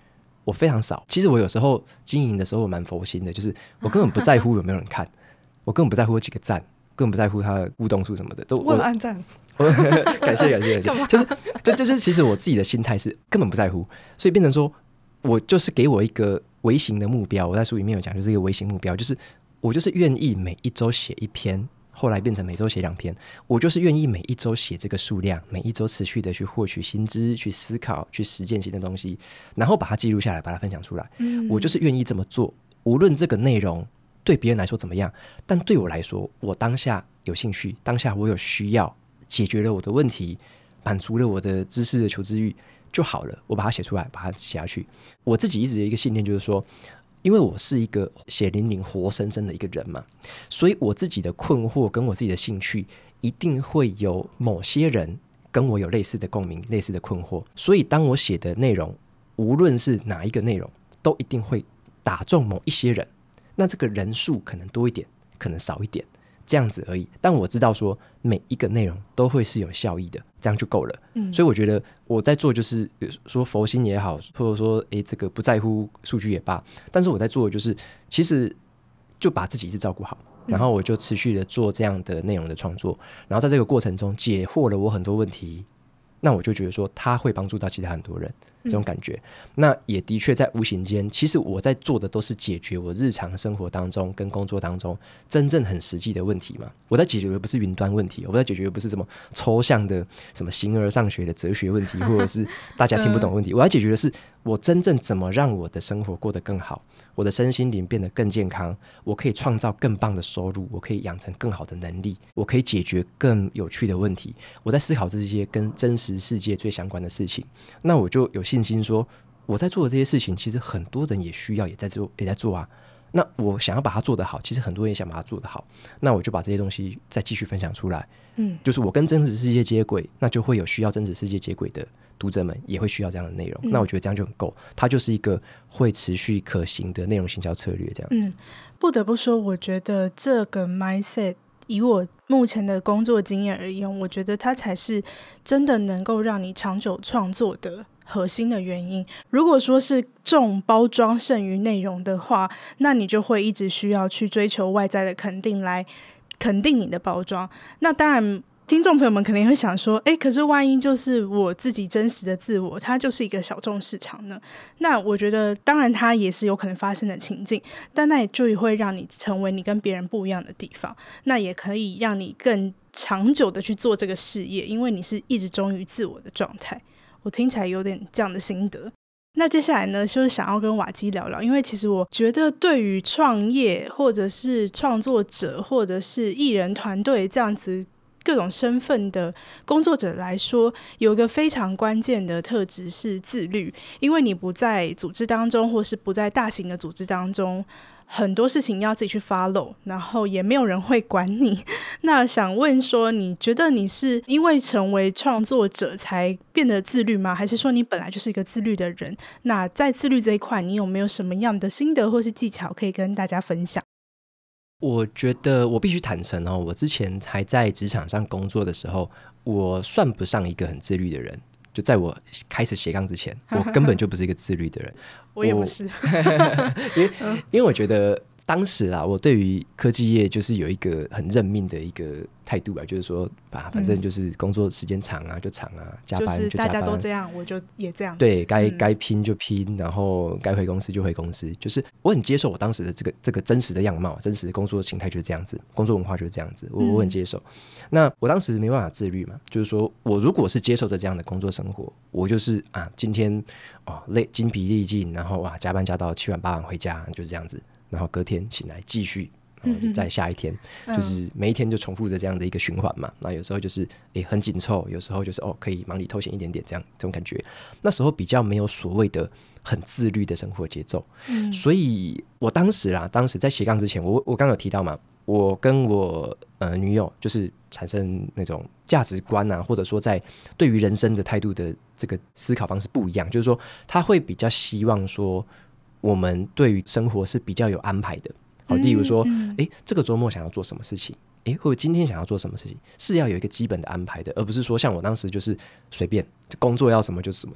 我非常少。其实我有时候经营的时候我蛮佛心的，就是我根本不在乎有没有人看，我根本不在乎有几个赞，根本不在乎它的互动数什么的，都我有按赞感谢就是其实我自己的心态是根本不在乎，所以变成说我就是给我一个微型的目标，我在书里面有讲，就是一个微型目标，就是我就是愿意每一周写一篇，后来变成每周写2篇，我就是愿意每一周写这个数量，每一周持续的去获取新知，去思考，去实践新的东西，然后把它记录下来，把它分享出来。我就是愿意这么做，无论这个内容对别人来说怎么样，但对我来说，我当下有兴趣，当下我有需要，解决了我的问题，满足了我的知识的求知欲就好了，我把它写出来，把它写下去。我自己一直有一个信念，就是说因为我是一个血淋淋活生生的一个人嘛，所以我自己的困惑跟我自己的兴趣一定会有某些人跟我有类似的共鸣，类似的困惑，所以当我写的内容无论是哪一个内容都一定会打中某一些人，那这个人数可能多一点可能少一点这样子而已，但我知道说每一个内容都会是有效益的，这样就够了。所以我觉得我在做就是说佛心也好，或者说这个不在乎数据也罢，但是我在做的就是其实就把自己一直照顾好，然后我就持续的做这样的内容的创作，然后在这个过程中解惑了我很多问题，那我就觉得说它会帮助到其他很多人这种感觉。那也的确在无形间，其实我在做的都是解决我日常生活当中跟工作当中真正很实际的问题嘛。我在解决的不是云端问题，我在解决的不是什么抽象的什么形而上学的哲学问题，或者是大家听不懂的问题，我在解决的是我真正怎么让我的生活过得更好，我的身心灵变得更健康，我可以创造更棒的收入，我可以养成更好的能力，我可以解决更有趣的问题。我在思考这些跟真实世界最相关的事情，那我就有信心说我在做的这些事情其实很多人也需要，也在做啊。那我想要把它做得好，其实很多人也想把它做得好，那我就把这些东西再继续分享出来。就是我跟真实世界接轨，那就会有需要真实世界接轨的读者们也会需要这样的内容，那我觉得这样就很够，它就是一个会持续可行的内容行销策略这样子。 不得不说我觉得这个 mindset 以我目前的工作经验而言，我觉得它才是真的能够让你长久创作的核心的原因。如果说是重包装胜于内容的话，那你就会一直需要去追求外在的肯定来肯定你的包装。那当然听众朋友们可能会想说可是万一就是我自己真实的自我它就是一个小众市场呢？那我觉得当然它也是有可能发生的情境，但那也就会让你成为你跟别人不一样的地方，那也可以让你更长久的去做这个事业，因为你是一直忠于自我的状态。我听起来有点这样的心得。那接下来呢，就是想要跟瓦基聊聊，因为其实我觉得对于创业或者是创作者或者是艺人团队这样子各种身份的工作者来说，有一个非常关键的特质是自律。因为你不在组织当中，或是不在大型的组织当中，很多事情要自己去 follow， 然后也没有人会管你。那想问说，你觉得你是因为成为创作者才变得自律吗？还是说你本来就是一个自律的人？那在自律这一块，你有没有什么样的心得或是技巧可以跟大家分享？ 我觉得我必须坦诚我之前还在职场上工作的时候，我算不上一个很自律的人。就在我开始斜杠之前，我根本就不是一个自律的人。 我也不是因为我觉得当时啦，我对于科技业就是有一个很认命的一个态度就是说反正就是工作时间长就长加班就加班， 就是大家都这样，我就也这样。 对，该拼就拼，然后该回公司就回公司。就是我很接受我当时的这个真实的样貌，真实的工作形态就是这样子，工作文化就是这样子，我很接受。那我当时没办法自律嘛，就是说我如果是接受着这样的工作生活，我就是今天累精疲力尽，然后加班加到7晚8晚回家，就是这样子，然后隔天醒来继续，然后就再下一天，就是每一天就重复着这样的一个循环嘛。那有时候就是很紧凑，有时候就是可以忙里偷闲一点点，这种感觉。那时候比较没有所谓的很自律的生活节奏，所以我当时在斜杠之前，我刚刚有提到嘛，我跟我女友就是产生那种价值观或者说在对于人生的态度的这个思考方式不一样，就是说她会比较希望说我们对于生活是比较有安排的。例如说这个周末想要做什么事情，或者今天想要做什么事情，是要有一个基本的安排的，而不是说像我当时就是随便工作要什么就什么，就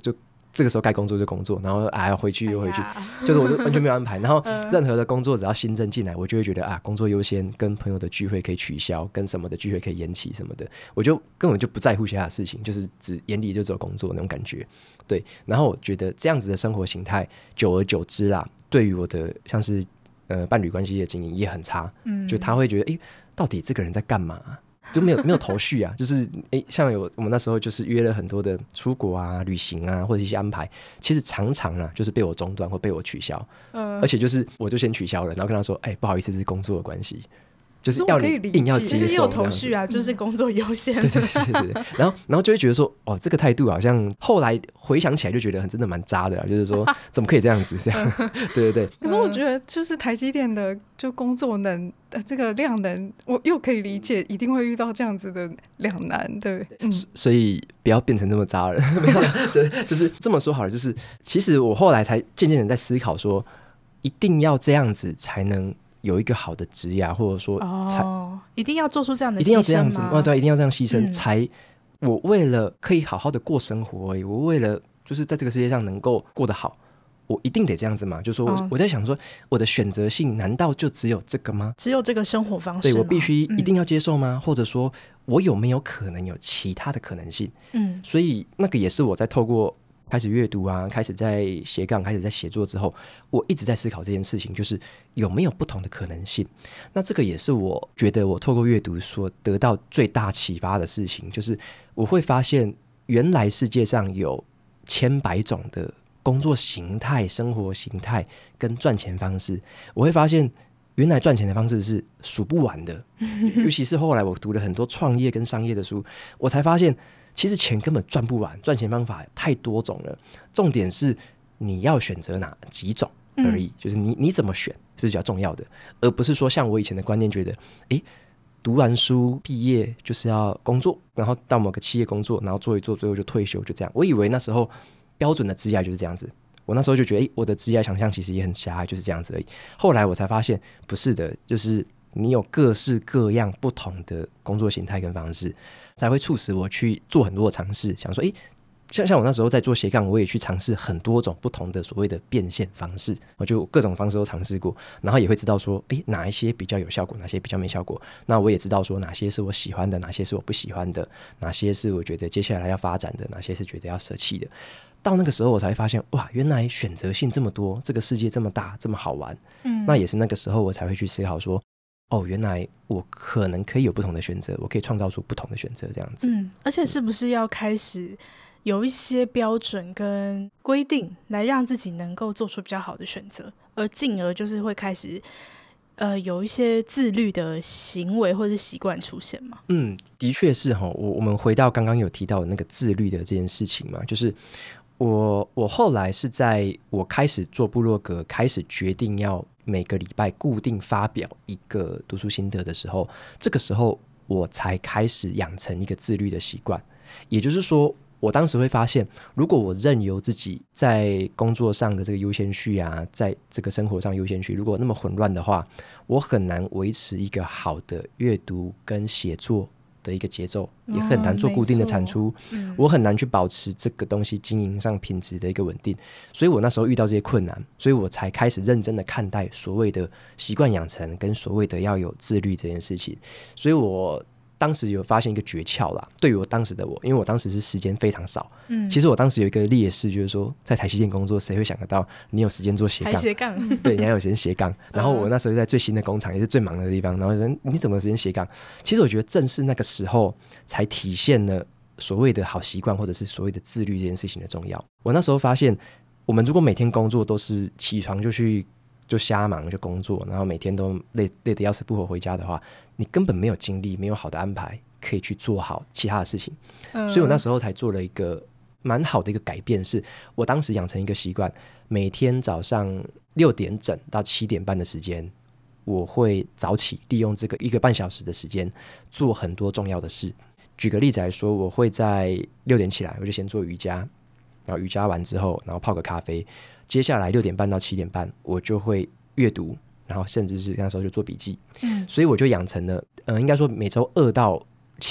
这个时候该工作就工作，然后要回去又回去，就是我就完全没有安排。然后任何的工作只要新增进来，我就会觉得工作优先，跟朋友的聚会可以取消，跟什么的聚会可以延期什么的，我就根本就不在乎其他的事情，就是眼里就只有工作那种感觉。对，然后我觉得这样子的生活形态，久而久之啦，对于我的像是伴侣关系的经营也很差。就他会觉得到底这个人在干嘛就没有头绪啊，就是像我们那时候就是约了很多的出国啊、旅行啊，或者一些安排，其实常常啊就是被我中断或被我取消，而且就是我就先取消了，然后跟他说不好意思，是工作的关系，就是要你硬要接受， 其实也有头绪啊，就是工作优先。 对，然后就会觉得说这个态度好像后来回想起来就觉得真的蛮渣的啦，就是说怎么可以这样子这样对。 可是我觉得就是台积电的就工作能这个量能，我又可以理解一定会遇到这样子的两难，对。 所以不要变成这么渣人没有就是这么说好了，就是其实我后来才渐渐的在思考说，一定要这样子才能有一个好的职业，或者说一定要做出这样的牺牲吗？ 一定要这样子吗？对，一定要这样牺牲，才我为了可以好好的过生活而已，我为了就是在这个世界上能够过得好，我一定得这样子嘛？就说我在想说，我的选择性难道就只有这个吗？ 只有这个生活方式吗？ 对，我必须一定要接受吗？或者说我有没有可能有其他的可能性？所以那个也是我在透过开始阅读啊，开始在斜杠，开始在写作之后，我一直在思考这件事情，就是有没有不同的可能性。那这个也是我觉得我透过阅读所得到最大启发的事情，就是我会发现原来世界上有千百种的工作形态、生活形态跟赚钱方式。我会发现原来赚钱的方式是数不完的尤其是后来我读了很多创业跟商业的书，我才发现其实钱根本赚不完，赚钱方法太多种了，重点是你要选择哪几种而已，就是你怎么选是比较重要的，而不是说像我以前的观念觉得读完书毕业就是要工作，然后到某个企业工作，然后做一做最后就退休，就这样。我以为那时候标准的职业就是这样子，我那时候就觉得我的职业想象其实也很狭隘，就是这样子而已。后来我才发现不是的，就是你有各式各样不同的工作形态跟方式，才会促使我去做很多的尝试，想说像我那时候在做斜杠，我也去尝试很多种不同的所谓的变现方式，我就各种方式都尝试过，然后也会知道说哪一些比较有效果，哪些比较没效果。那我也知道说哪些是我喜欢的，哪些是我不喜欢的，哪些是我觉得接下来要发展的，哪些是觉得要舍弃的。到那个时候我才发现，哇，原来选择性这么多，这个世界这么大，这么好玩。那也是那个时候我才会去思考说，原来我可能可以有不同的选择，我可以创造出不同的选择这样子。 而且是不是要开始有一些标准跟规定来让自己能够做出比较好的选择，而进而就是会开始有一些自律的行为或是习惯出现吗？ 的确是我们回到刚刚有提到的那个自律的这件事情嘛，就是我后来是在我开始做部落格，开始决定要每个礼拜固定发表一个读书心得的时候，这个时候我才开始养成一个自律的习惯。也就是说，我当时会发现，如果我任由自己在工作上的这个优先序啊，在这个生活上优先序如果那么混乱的话，我很难维持一个好的阅读跟写作的一个节奏，也很难做固定的产出，我很难去保持这个东西经营上品质的一个稳定。所以我那时候遇到这些困难，所以我才开始认真的看待所谓的习惯养成跟所谓的要有自律这件事情。所以我当时有发现一个诀窍啦，对于我当时的我，因为我当时是时间非常少，其实我当时有一个劣势，就是说在台积电工作，谁会想得到你有时间做斜杠？ 还斜杠对，你还有时间斜杠。然后我那时候在最新的工厂，也是最忙的地方，然后人你怎么有时间斜杠？其实我觉得正是那个时候才体现了所谓的好习惯，或者是所谓的自律这件事情的重要。我那时候发现，我们如果每天工作都是起床就瞎忙就工作，然后每天都累得要死不活回家的话，你根本没有精力，没有好的安排可以去做好其他的事情。所以我那时候才做了一个蛮好的一个改变，是我当时养成一个习惯，每天早上6点整到7点半的时间，我会早起，利用这个1个半小时的时间做很多重要的事。举个例子来说，我会在6点起来，我就先做瑜伽，然后瑜伽完之后，然后泡个咖啡，接下来6点半到7点半我就会阅读，然后甚至是那时候就做笔记。所以我就养成了应该说每周2到7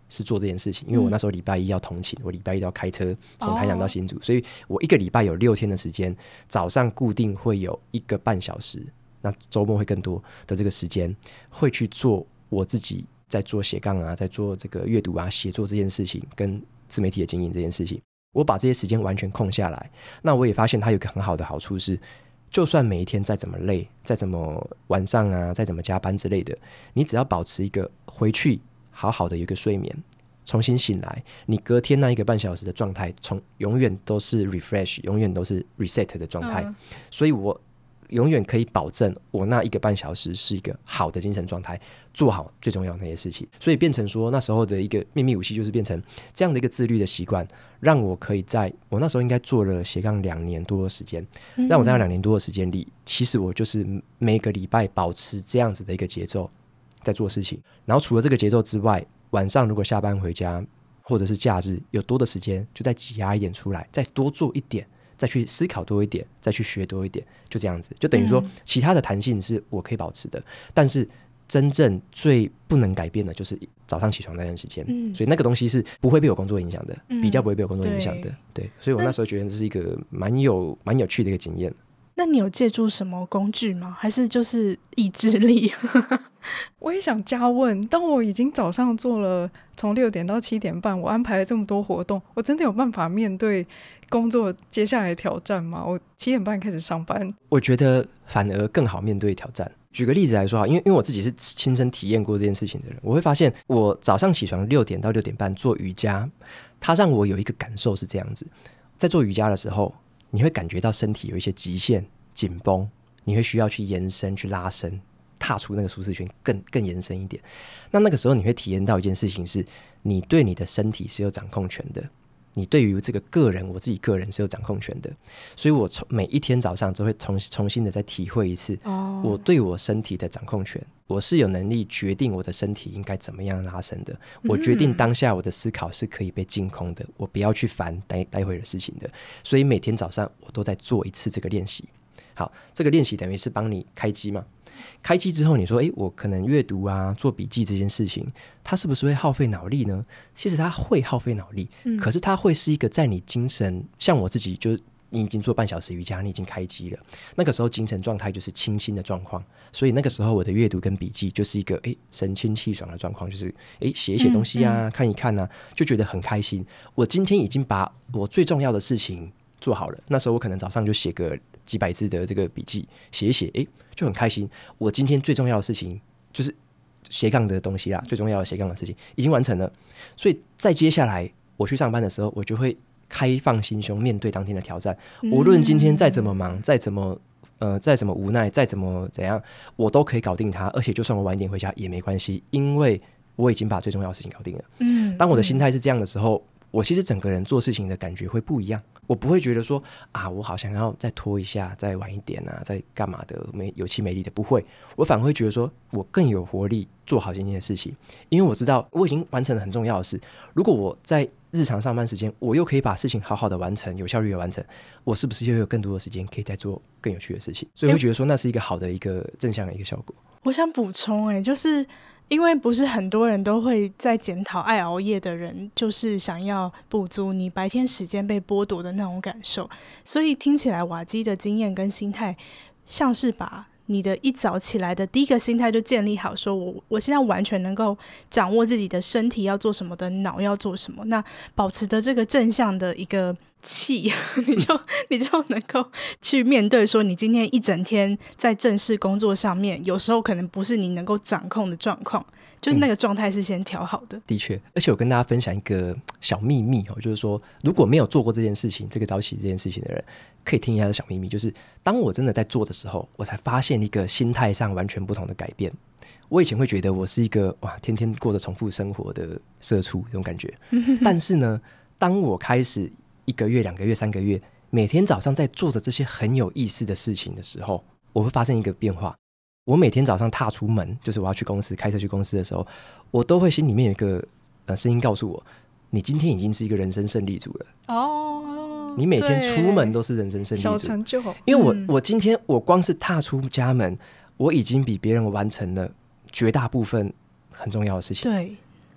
是做这件事情，因为我那时候礼拜一要通勤，我礼拜一要开车从台南到新竹，所以我一个礼拜有6天的时间，早上固定会有1个半小时，那周末会更多的这个时间，会去做我自己在做斜杠啊，在做这个阅读啊、写作这件事情，跟自媒体的经营这件事情，我把这些时间完全空下来。那我也发现它有一个很好的好处是，就算每一天再怎么累，再怎么晚上啊，再怎么加班之类的，你只要保持一个回去好好的一个睡眠，重新醒来，你隔天那1个半小时的状态永远都是 refresh， 永远都是 reset 的状态，所以我永远可以保证我那1个半小时是一个好的精神状态，做好最重要的那些事情。所以变成说那时候的一个秘密武器，就是变成这样的一个自律的习惯，让我可以在我那时候应该做了斜杠2年多的时间，让我在那2年多的时间里，其实我就是每个礼拜保持这样子的一个节奏在做事情。然后除了这个节奏之外，晚上如果下班回家或者是假日有多的时间，就再挤压一点出来，再多做一点，再去思考多一点，再去学多一点，就这样子，就等于说其他的弹性是我可以保持的，但是真正最不能改变的就是早上起床那段时间，所以那个东西是不会被我工作影响的，比较不会被我工作影响的，对，所以我那时候觉得这是一个蛮有趣的一个经验。 那你有借助什么工具吗？还是就是意志力？ 我也想加问，当我已经早上做了从6点到7点半，我安排了这么多活动，我真的有办法面对工作接下来的挑战吗？我7点半开始上班， 我觉得反而更好面对挑战。举个例子来说，因为我自己是亲身体验过这件事情的人，我会发现我早上起床6点到6点半做瑜伽，它让我有一个感受是这样子，在做瑜伽的时候，你会感觉到身体有一些极限紧绷，你会需要去延伸去拉伸，踏出那个舒适圈更延伸一点。那个时候你会体验到一件事情，是你对你的身体是有掌控权的，你对于这个个人，我自己个人是有掌控权的。所以我每一天早上都会重新的再体会一次，我对我身体的掌控权，我是有能力决定我的身体应该怎么样拉伸的，我决定当下我的思考是可以被净空的，我不要去烦待会的事情的。所以每天早上我都在做一次这个练习。好，这个练习等于是帮你开机嘛，开机之后你说我可能阅读啊做笔记这件事情，它是不是会耗费脑力呢？其实它会耗费脑力，可是它会是一个在你精神，像我自己就你已经做半小时瑜伽，你已经开机了，那个时候精神状态就是清新的状况，所以那个时候我的阅读跟笔记就是一个神清气爽的状况，就是写一写东西啊，看一看啊，就觉得很开心。我今天已经把我最重要的事情做好了，那时候我可能早上就写个几百字的这个笔记，写一写就很开心。我今天最重要的事情就是斜杠的东西啦，最重要的斜杠的事情已经完成了，所以再接下来我去上班的时候，我就会开放心胸面对当天的挑战，无论今天再怎么忙，再怎么无奈，再怎么怎样，我都可以搞定它，而且就算我晚一点回家也没关系，因为我已经把最重要的事情搞定了。当我的心态是这样的时候，我其实整个人做事情的感觉会不一样，我不会觉得说我好想要再拖一下，再晚一点啊，再干嘛的，有气没力的，不会，我反而会觉得说我更有活力做好今天的事情，因为我知道我已经完成了很重要的事。如果我在日常上班时间我又可以把事情好好的完成，有效率的完成，我是不是又有更多的时间可以再做更有趣的事情？所以我会觉得说那是一个好的一个正向的一个效果。 我想补充就是因为不是很多人都会在检讨爱熬夜的人就是想要补足你白天时间被剥夺的那种感受，所以听起来瓦基的经验跟心态像是把你的一早起来的第一个心态就建立好，说我现在完全能够掌握自己的身体要做什么的脑要做什么，那保持的这个正向的一个气你就能够去面对说你今天一整天在正式工作上面有时候可能不是你能够掌控的状况，就是那个状态是先调好的。 的确，而且我跟大家分享一个小秘密就是说如果没有做过这件事情，这个早起这件事情的人可以听一下这小秘密，就是当我真的在做的时候，我才发现一个心态上完全不同的改变。我以前会觉得我是一个天天过着重复生活的社畜这种感觉但是呢，当我开始1个月2个月3个月每天早上在做着这些很有意思的事情的时候，我会发生一个变化。我每天早上踏出门，就是我要去公司开车去公司的时候，我都会心里面有一个声音告诉我，你今天已经是一个人生胜利组了你每天出门都是人生胜利组， 小成就。 因为我今天我光是踏出家门，我已经比别人完成了绝大部分很重要的事情。 对，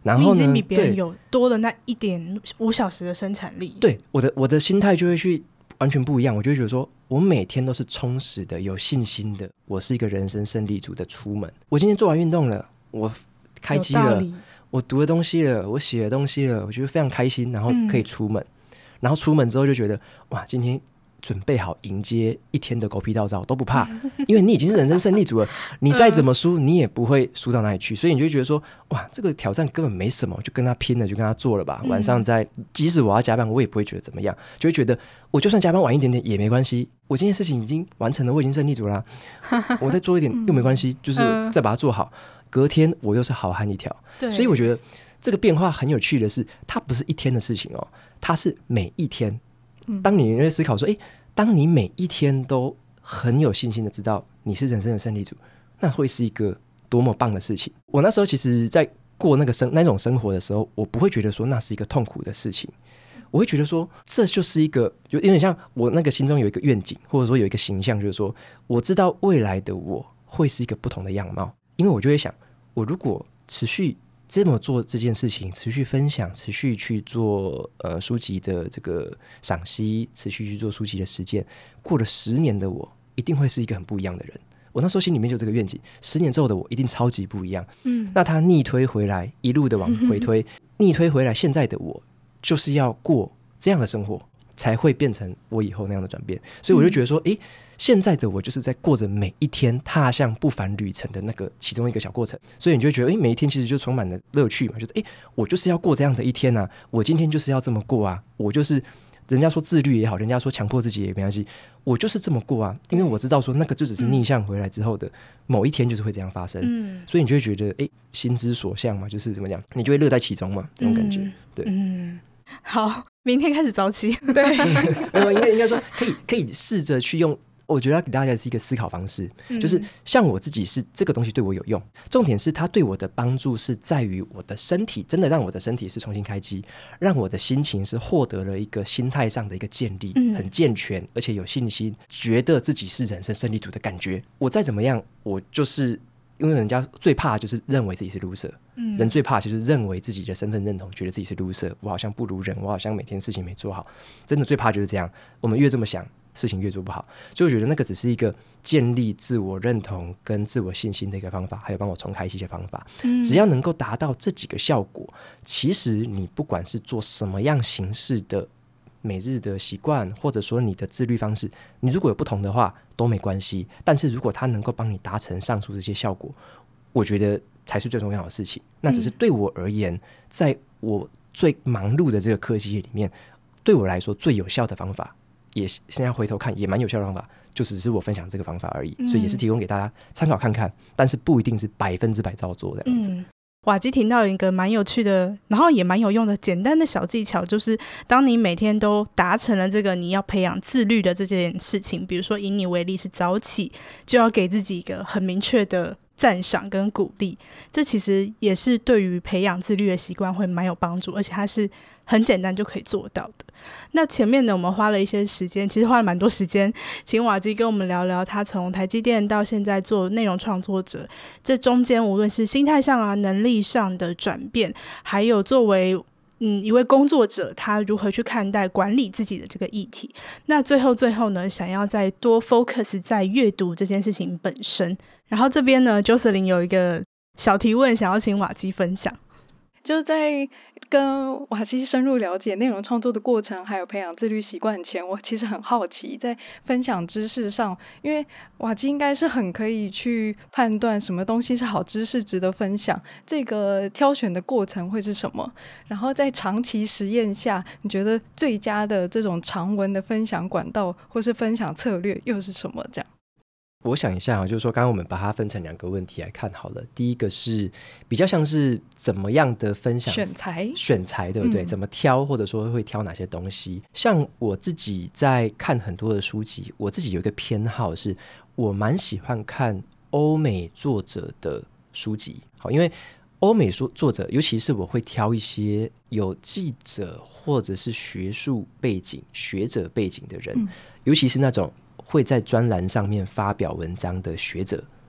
然后呢， 你已经比别人有多了那1.5小时的生产力。 对，我的心态就会去完全不一样，我就会觉得说我每天都是充实的，有信心的，我是一个人生胜利组的出门。我今天做完运动了，我开机了，我读了东西了，我写了东西了，我觉得非常开心，然后可以出门，然后出门之后就觉得哇，今天准备好迎接一天的狗屁倒灶都不怕，因为你已经是人生胜利组了，你再怎么输你也不会输到哪里去，所以你就会觉得说哇，这个挑战根本没什么，就跟他拼了，就跟他做了吧。晚上即使我要加班我也不会觉得怎么样，就会觉得我就算加班晚一点点也没关系，我今天事情已经完成了，我已经胜利组啦，我再做一点又没关系，就是再把它做好，隔天我又是好汉一条。所以我觉得这个变化很有趣的是，它不是一天的事情哦，它是每一天。当你会思考说当你每一天都很有信心的知道你是人生的胜利组，那会是一个多么棒的事情。我那时候其实在过那种生活的时候，我不会觉得说那是一个痛苦的事情，我会觉得说这就是一个有点像我那个心中有一个愿景，或者说有一个形象，就是说我知道未来的我会是一个不同的样貌。因为我就会想，我如果持续这么做这件事情，持续分享，持续去做书籍的这个赏析，持续去做书籍的实践，过了10年的我一定会是一个很不一样的人。我那时候心里面就有这个愿景，10年之后的我一定超级不一样。那他逆推回来，一路的往回推，逆推回来，现在的我就是要过这样的生活，才会变成我以后那样的转变。所以我就觉得说现在的我就是在过着每一天踏向不凡旅程的那个其中一个小过程，所以你就会觉得每一天其实就充满了乐趣嘛，就是我就是要过这样的一天啊，我今天就是要这么过啊，我就是人家说自律也好，人家说强迫自己也没关系，我就是这么过啊，因为我知道说那个就只是逆向回来之后的某一天就是会这样发生。所以你就会觉得心之所向嘛，就是怎么讲，你就会乐在其中嘛，这种感觉。对， 好，明天开始早起。对应该说可以试着去用，我觉得要给大家是一个思考方式，就是像我自己是这个东西对我有用，重点是它对我的帮助是在于我的身体真的让我的身体是重新开机，让我的心情是获得了一个心态上的一个建立，很健全，而且有信心，觉得自己是人生胜利组的感觉。我再怎么样，我就是因为人家最怕就是认为自己是 loser，人最怕就是认为自己的身份认同，觉得自己是 loser， 我好像不如人，我好像每天事情没做好，真的最怕就是这样。我们越这么想，事情越做不好。所以我觉得那个只是一个建立自我认同跟自我信心的一个方法，还有帮我重开一些方法。只要能够达到这几个效果，其实你不管是做什么样形式的每日的习惯，或者说你的自律方式，你如果有不同的话都没关系，但是如果它能够帮你达成上述这些效果，我觉得才是最重要的事情。那只是对我而言，在我最忙碌的这个科技业里面，对我来说最有效的方法，也现在回头看也蛮有效的方法，就只是我分享这个方法而已，所以也是提供给大家参考看看，但是不一定是100%照做这样子。 瓦基听到一个蛮有趣的，然后也蛮有用的简单的小技巧，就是当你每天都达成了这个你要培养自律的这件事情，比如说以你为例是早起，就要给自己一个很明确的赞赏跟鼓励，这其实也是对于培养自律的习惯会蛮有帮助，而且它是很简单就可以做到的。那前面呢，我们花了一些时间，其实花了蛮多时间，请瓦基跟我们聊聊他从台积电到现在做内容创作者，这中间无论是心态上啊、能力上的转变，还有作为一位工作者他如何去看待管理自己的这个议题。那最后呢，想要再多 focus 在阅读这件事情本身。然后这边呢 Jocelyn 有一个小提问想要请瓦基分享， 就在跟瓦基深入了解内容创作的过程还有培养自律习惯前，我其实很好奇在分享知识上，因为瓦基应该是很可以去判断什么东西是好知识值得分享，这个挑选的过程会是什么，然后在长期实验下你觉得最佳的这种长文的分享管道或是分享策略又是什么？这样我想一下就是说刚刚我们把它分成2个问题来看好了。第一个是比较像是怎么样的分享选材对不对，怎么挑，或者说会挑哪些东西。像我自己在看很多的书籍，我自己有一个偏好，是我蛮喜欢看欧美作者的书籍。好，因为欧美作者，尤其是我会挑一些有记者或者是学术背景、学者背景的人，尤其是那种会在专栏上面发表文章的学者，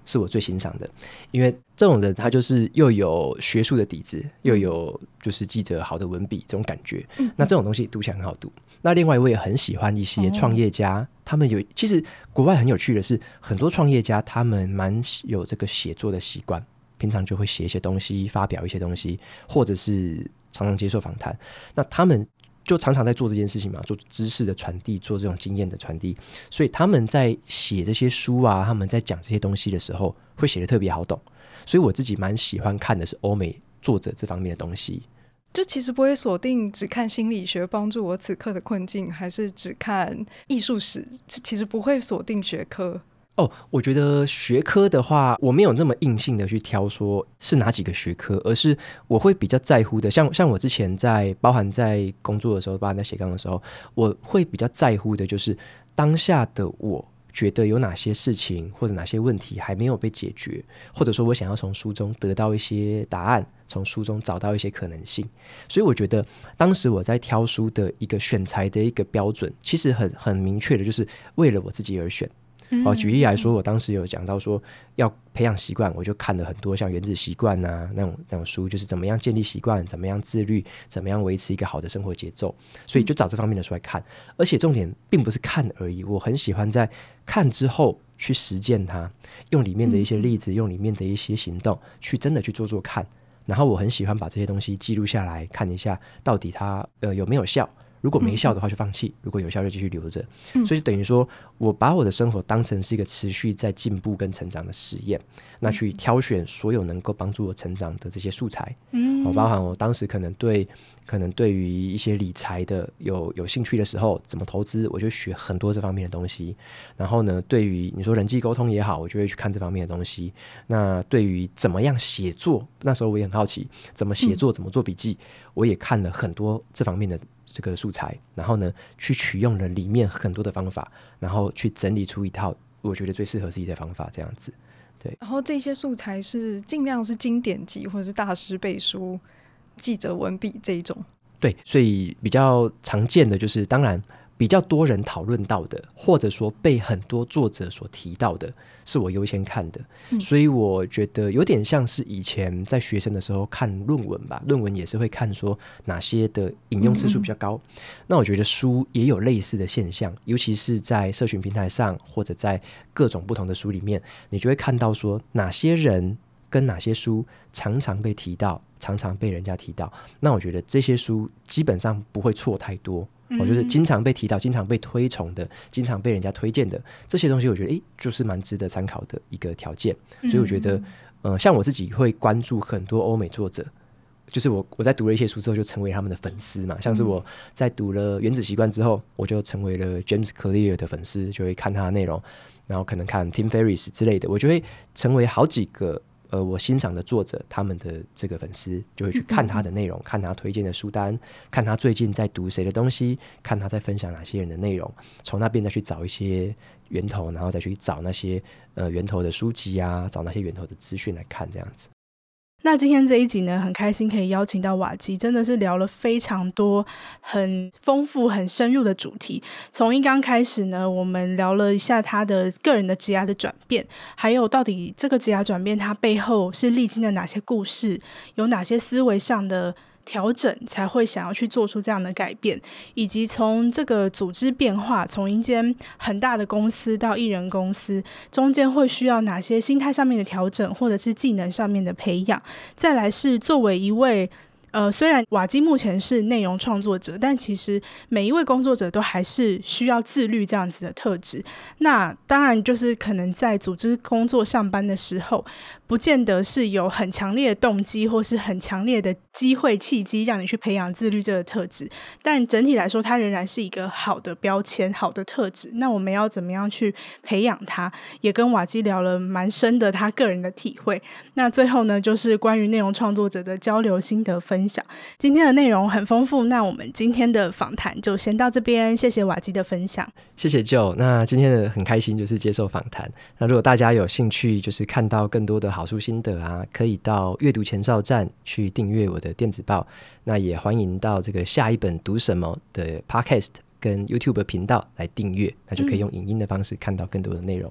是我最欣赏的，因为这种人他就是又有学术的底子，又有就是记者好的文笔这种感觉，那这种东西读起来很好读。那另外我也很喜欢一些创业家，他们有，其实国外很有趣的是，很多创业家他们蛮有这个写作的习惯，平常就会写一些东西，发表一些东西，或者是常常接受访谈，那他们就常常在做这件事情嘛，做知识的传递，做这种经验的传递，所以他们在写这些书啊，他们在讲这些东西的时候会写得特别好懂，所以我自己蛮喜欢看的是欧美作者这方面的东西。 就其实不会锁定只看心理学帮助我此刻的困境，还是只看艺术史，其实不会锁定学科。 我觉得学科的话，我没有那么硬性的去挑说是哪几个学科，而是我会比较在乎的，像我之前包含在工作的时候，包含在写纲的时候，我会比较在乎的就是当下的我觉得有哪些事情或者哪些问题还没有被解决，或者说我想要从书中得到一些答案，从书中找到一些可能性。所以我觉得当时我在挑书的一个选材的一个标准，其实很明确的，就是为了我自己而选。举例来说，我当时有讲到说要培养习惯，我就看了很多像原子习惯啊那种书，就是怎么样建立习惯，怎么样自律，怎么样维持一个好的生活节奏，所以就找这方面的书来看。而且重点并不是看而已，我很喜欢在看之后去实践它，用里面的一些例子，用里面的一些行动去真的去做看，然后我很喜欢把这些东西记录下来，看一下到底它有没有效，如果没效的话就放弃，如果有效就继续留着。所以等于说我把我的生活当成是一个持续在进步跟成长的实验，那去挑选所有能够帮助我成长的这些素材。包含我当时可能对于一些理财的有兴趣的时候，怎么投资，我就学很多这方面的东西。然后呢，对于你说人际沟通也好，我就会去看这方面的东西。那对于怎么样写作，那时候我也很好奇怎么写作，怎么做笔记，我也看了很多这方面的这个素材，然后呢去取用了里面很多的方法，然后去整理出一套我觉得最适合自己的方法，这样子。对， 然后这些素材是尽量是经典集或者是大师背书、记者文笔这一种。 对，所以比较常见的就是当然比较多人讨论到的，或者说被很多作者所提到的，是我优先看的。所以我觉得有点像是以前在学生的时候看论文吧，论文也是会看说哪些的引用次数比较高。那我觉得书也有类似的现象，尤其是在社群平台上，或者在各种不同的书里面，你就会看到说哪些人跟哪些书常常被提到，常常被人家提到，那我觉得这些书基本上不会错太多。就是经常被提到，经常被推崇的，经常被人家推荐的这些东西，我觉得就是蛮值得参考的一个条件。所以我觉得像我自己会关注很多欧美作者，就是我在读了一些书之后就成为他们的粉丝嘛，像是我在读了原子习惯之后，我就成为了 James Clear 的粉丝，就会看他的内容，然后可能看 Tim Ferriss 之类的，我就会成为好几个我欣赏的作者他们的这个粉丝，就会去看他的内容，看他推荐的书单，看他最近在读谁的东西，看他在分享哪些人的内容，从那边再去找一些源头，然后再去找那些源头的书籍啊，找那些源头的资讯来看，这样子。 那今天这一集呢，很开心可以邀请到瓦基，真的是聊了非常多很丰富很深入的主题。从一刚开始呢，我们聊了一下他的个人的职涯的转变，还有到底这个职涯转变他背后是历经了哪些故事，有哪些思维上的调整才会想要去做出这样的改变，以及从这个组织变化，从一间很大的公司到一人公司，中间会需要哪些心态上面的调整，或者是技能上面的培养。再来是作为一位虽然瓦基目前是内容创作者，但其实每一位工作者都还是需要自律这样子的特质。那当然就是可能在组织工作上班的时候，不见得是有很强烈的动机或是很强烈的机会契机让你去培养自律这个特质，但整体来说它仍然是一个好的标签，好的特质。那我们要怎么样去培养它，也跟瓦基聊了蛮深的他个人的体会。那最后呢，就是关于内容创作者的交流心得分享。今天的内容很丰富，那我们今天的访谈就先到这边，谢谢瓦基的分享。 谢谢 Joe， 那今天的很开心就是接受访谈。那如果大家有兴趣就是看到更多的好书心得啊，可以到阅读前哨站去订阅我的电子报，那也欢迎到这个下一本读什么的 Podcast跟 YouTube 频道来订阅，那就可以用影音的方式看到更多的内容。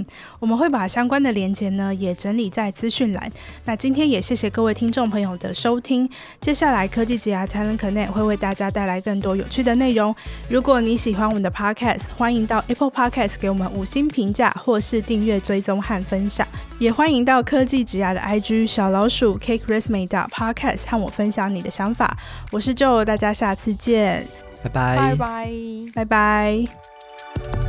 我们会把相关的连结呢也整理在资讯栏。那今天也谢谢各位听众朋友的收听，接下来科技职涯Talent Connect 会为大家带来更多有趣的内容。如果你喜欢我们的 Podcast， 欢迎到 Apple Podcast 给我们5星评价，或是订阅追踪和分享，也欢迎到科技职涯的 IG 小老鼠 cakeresume.podcast 和我分享你的想法。我是 Joe， 大家下次见， 拜拜， 拜拜， 拜拜。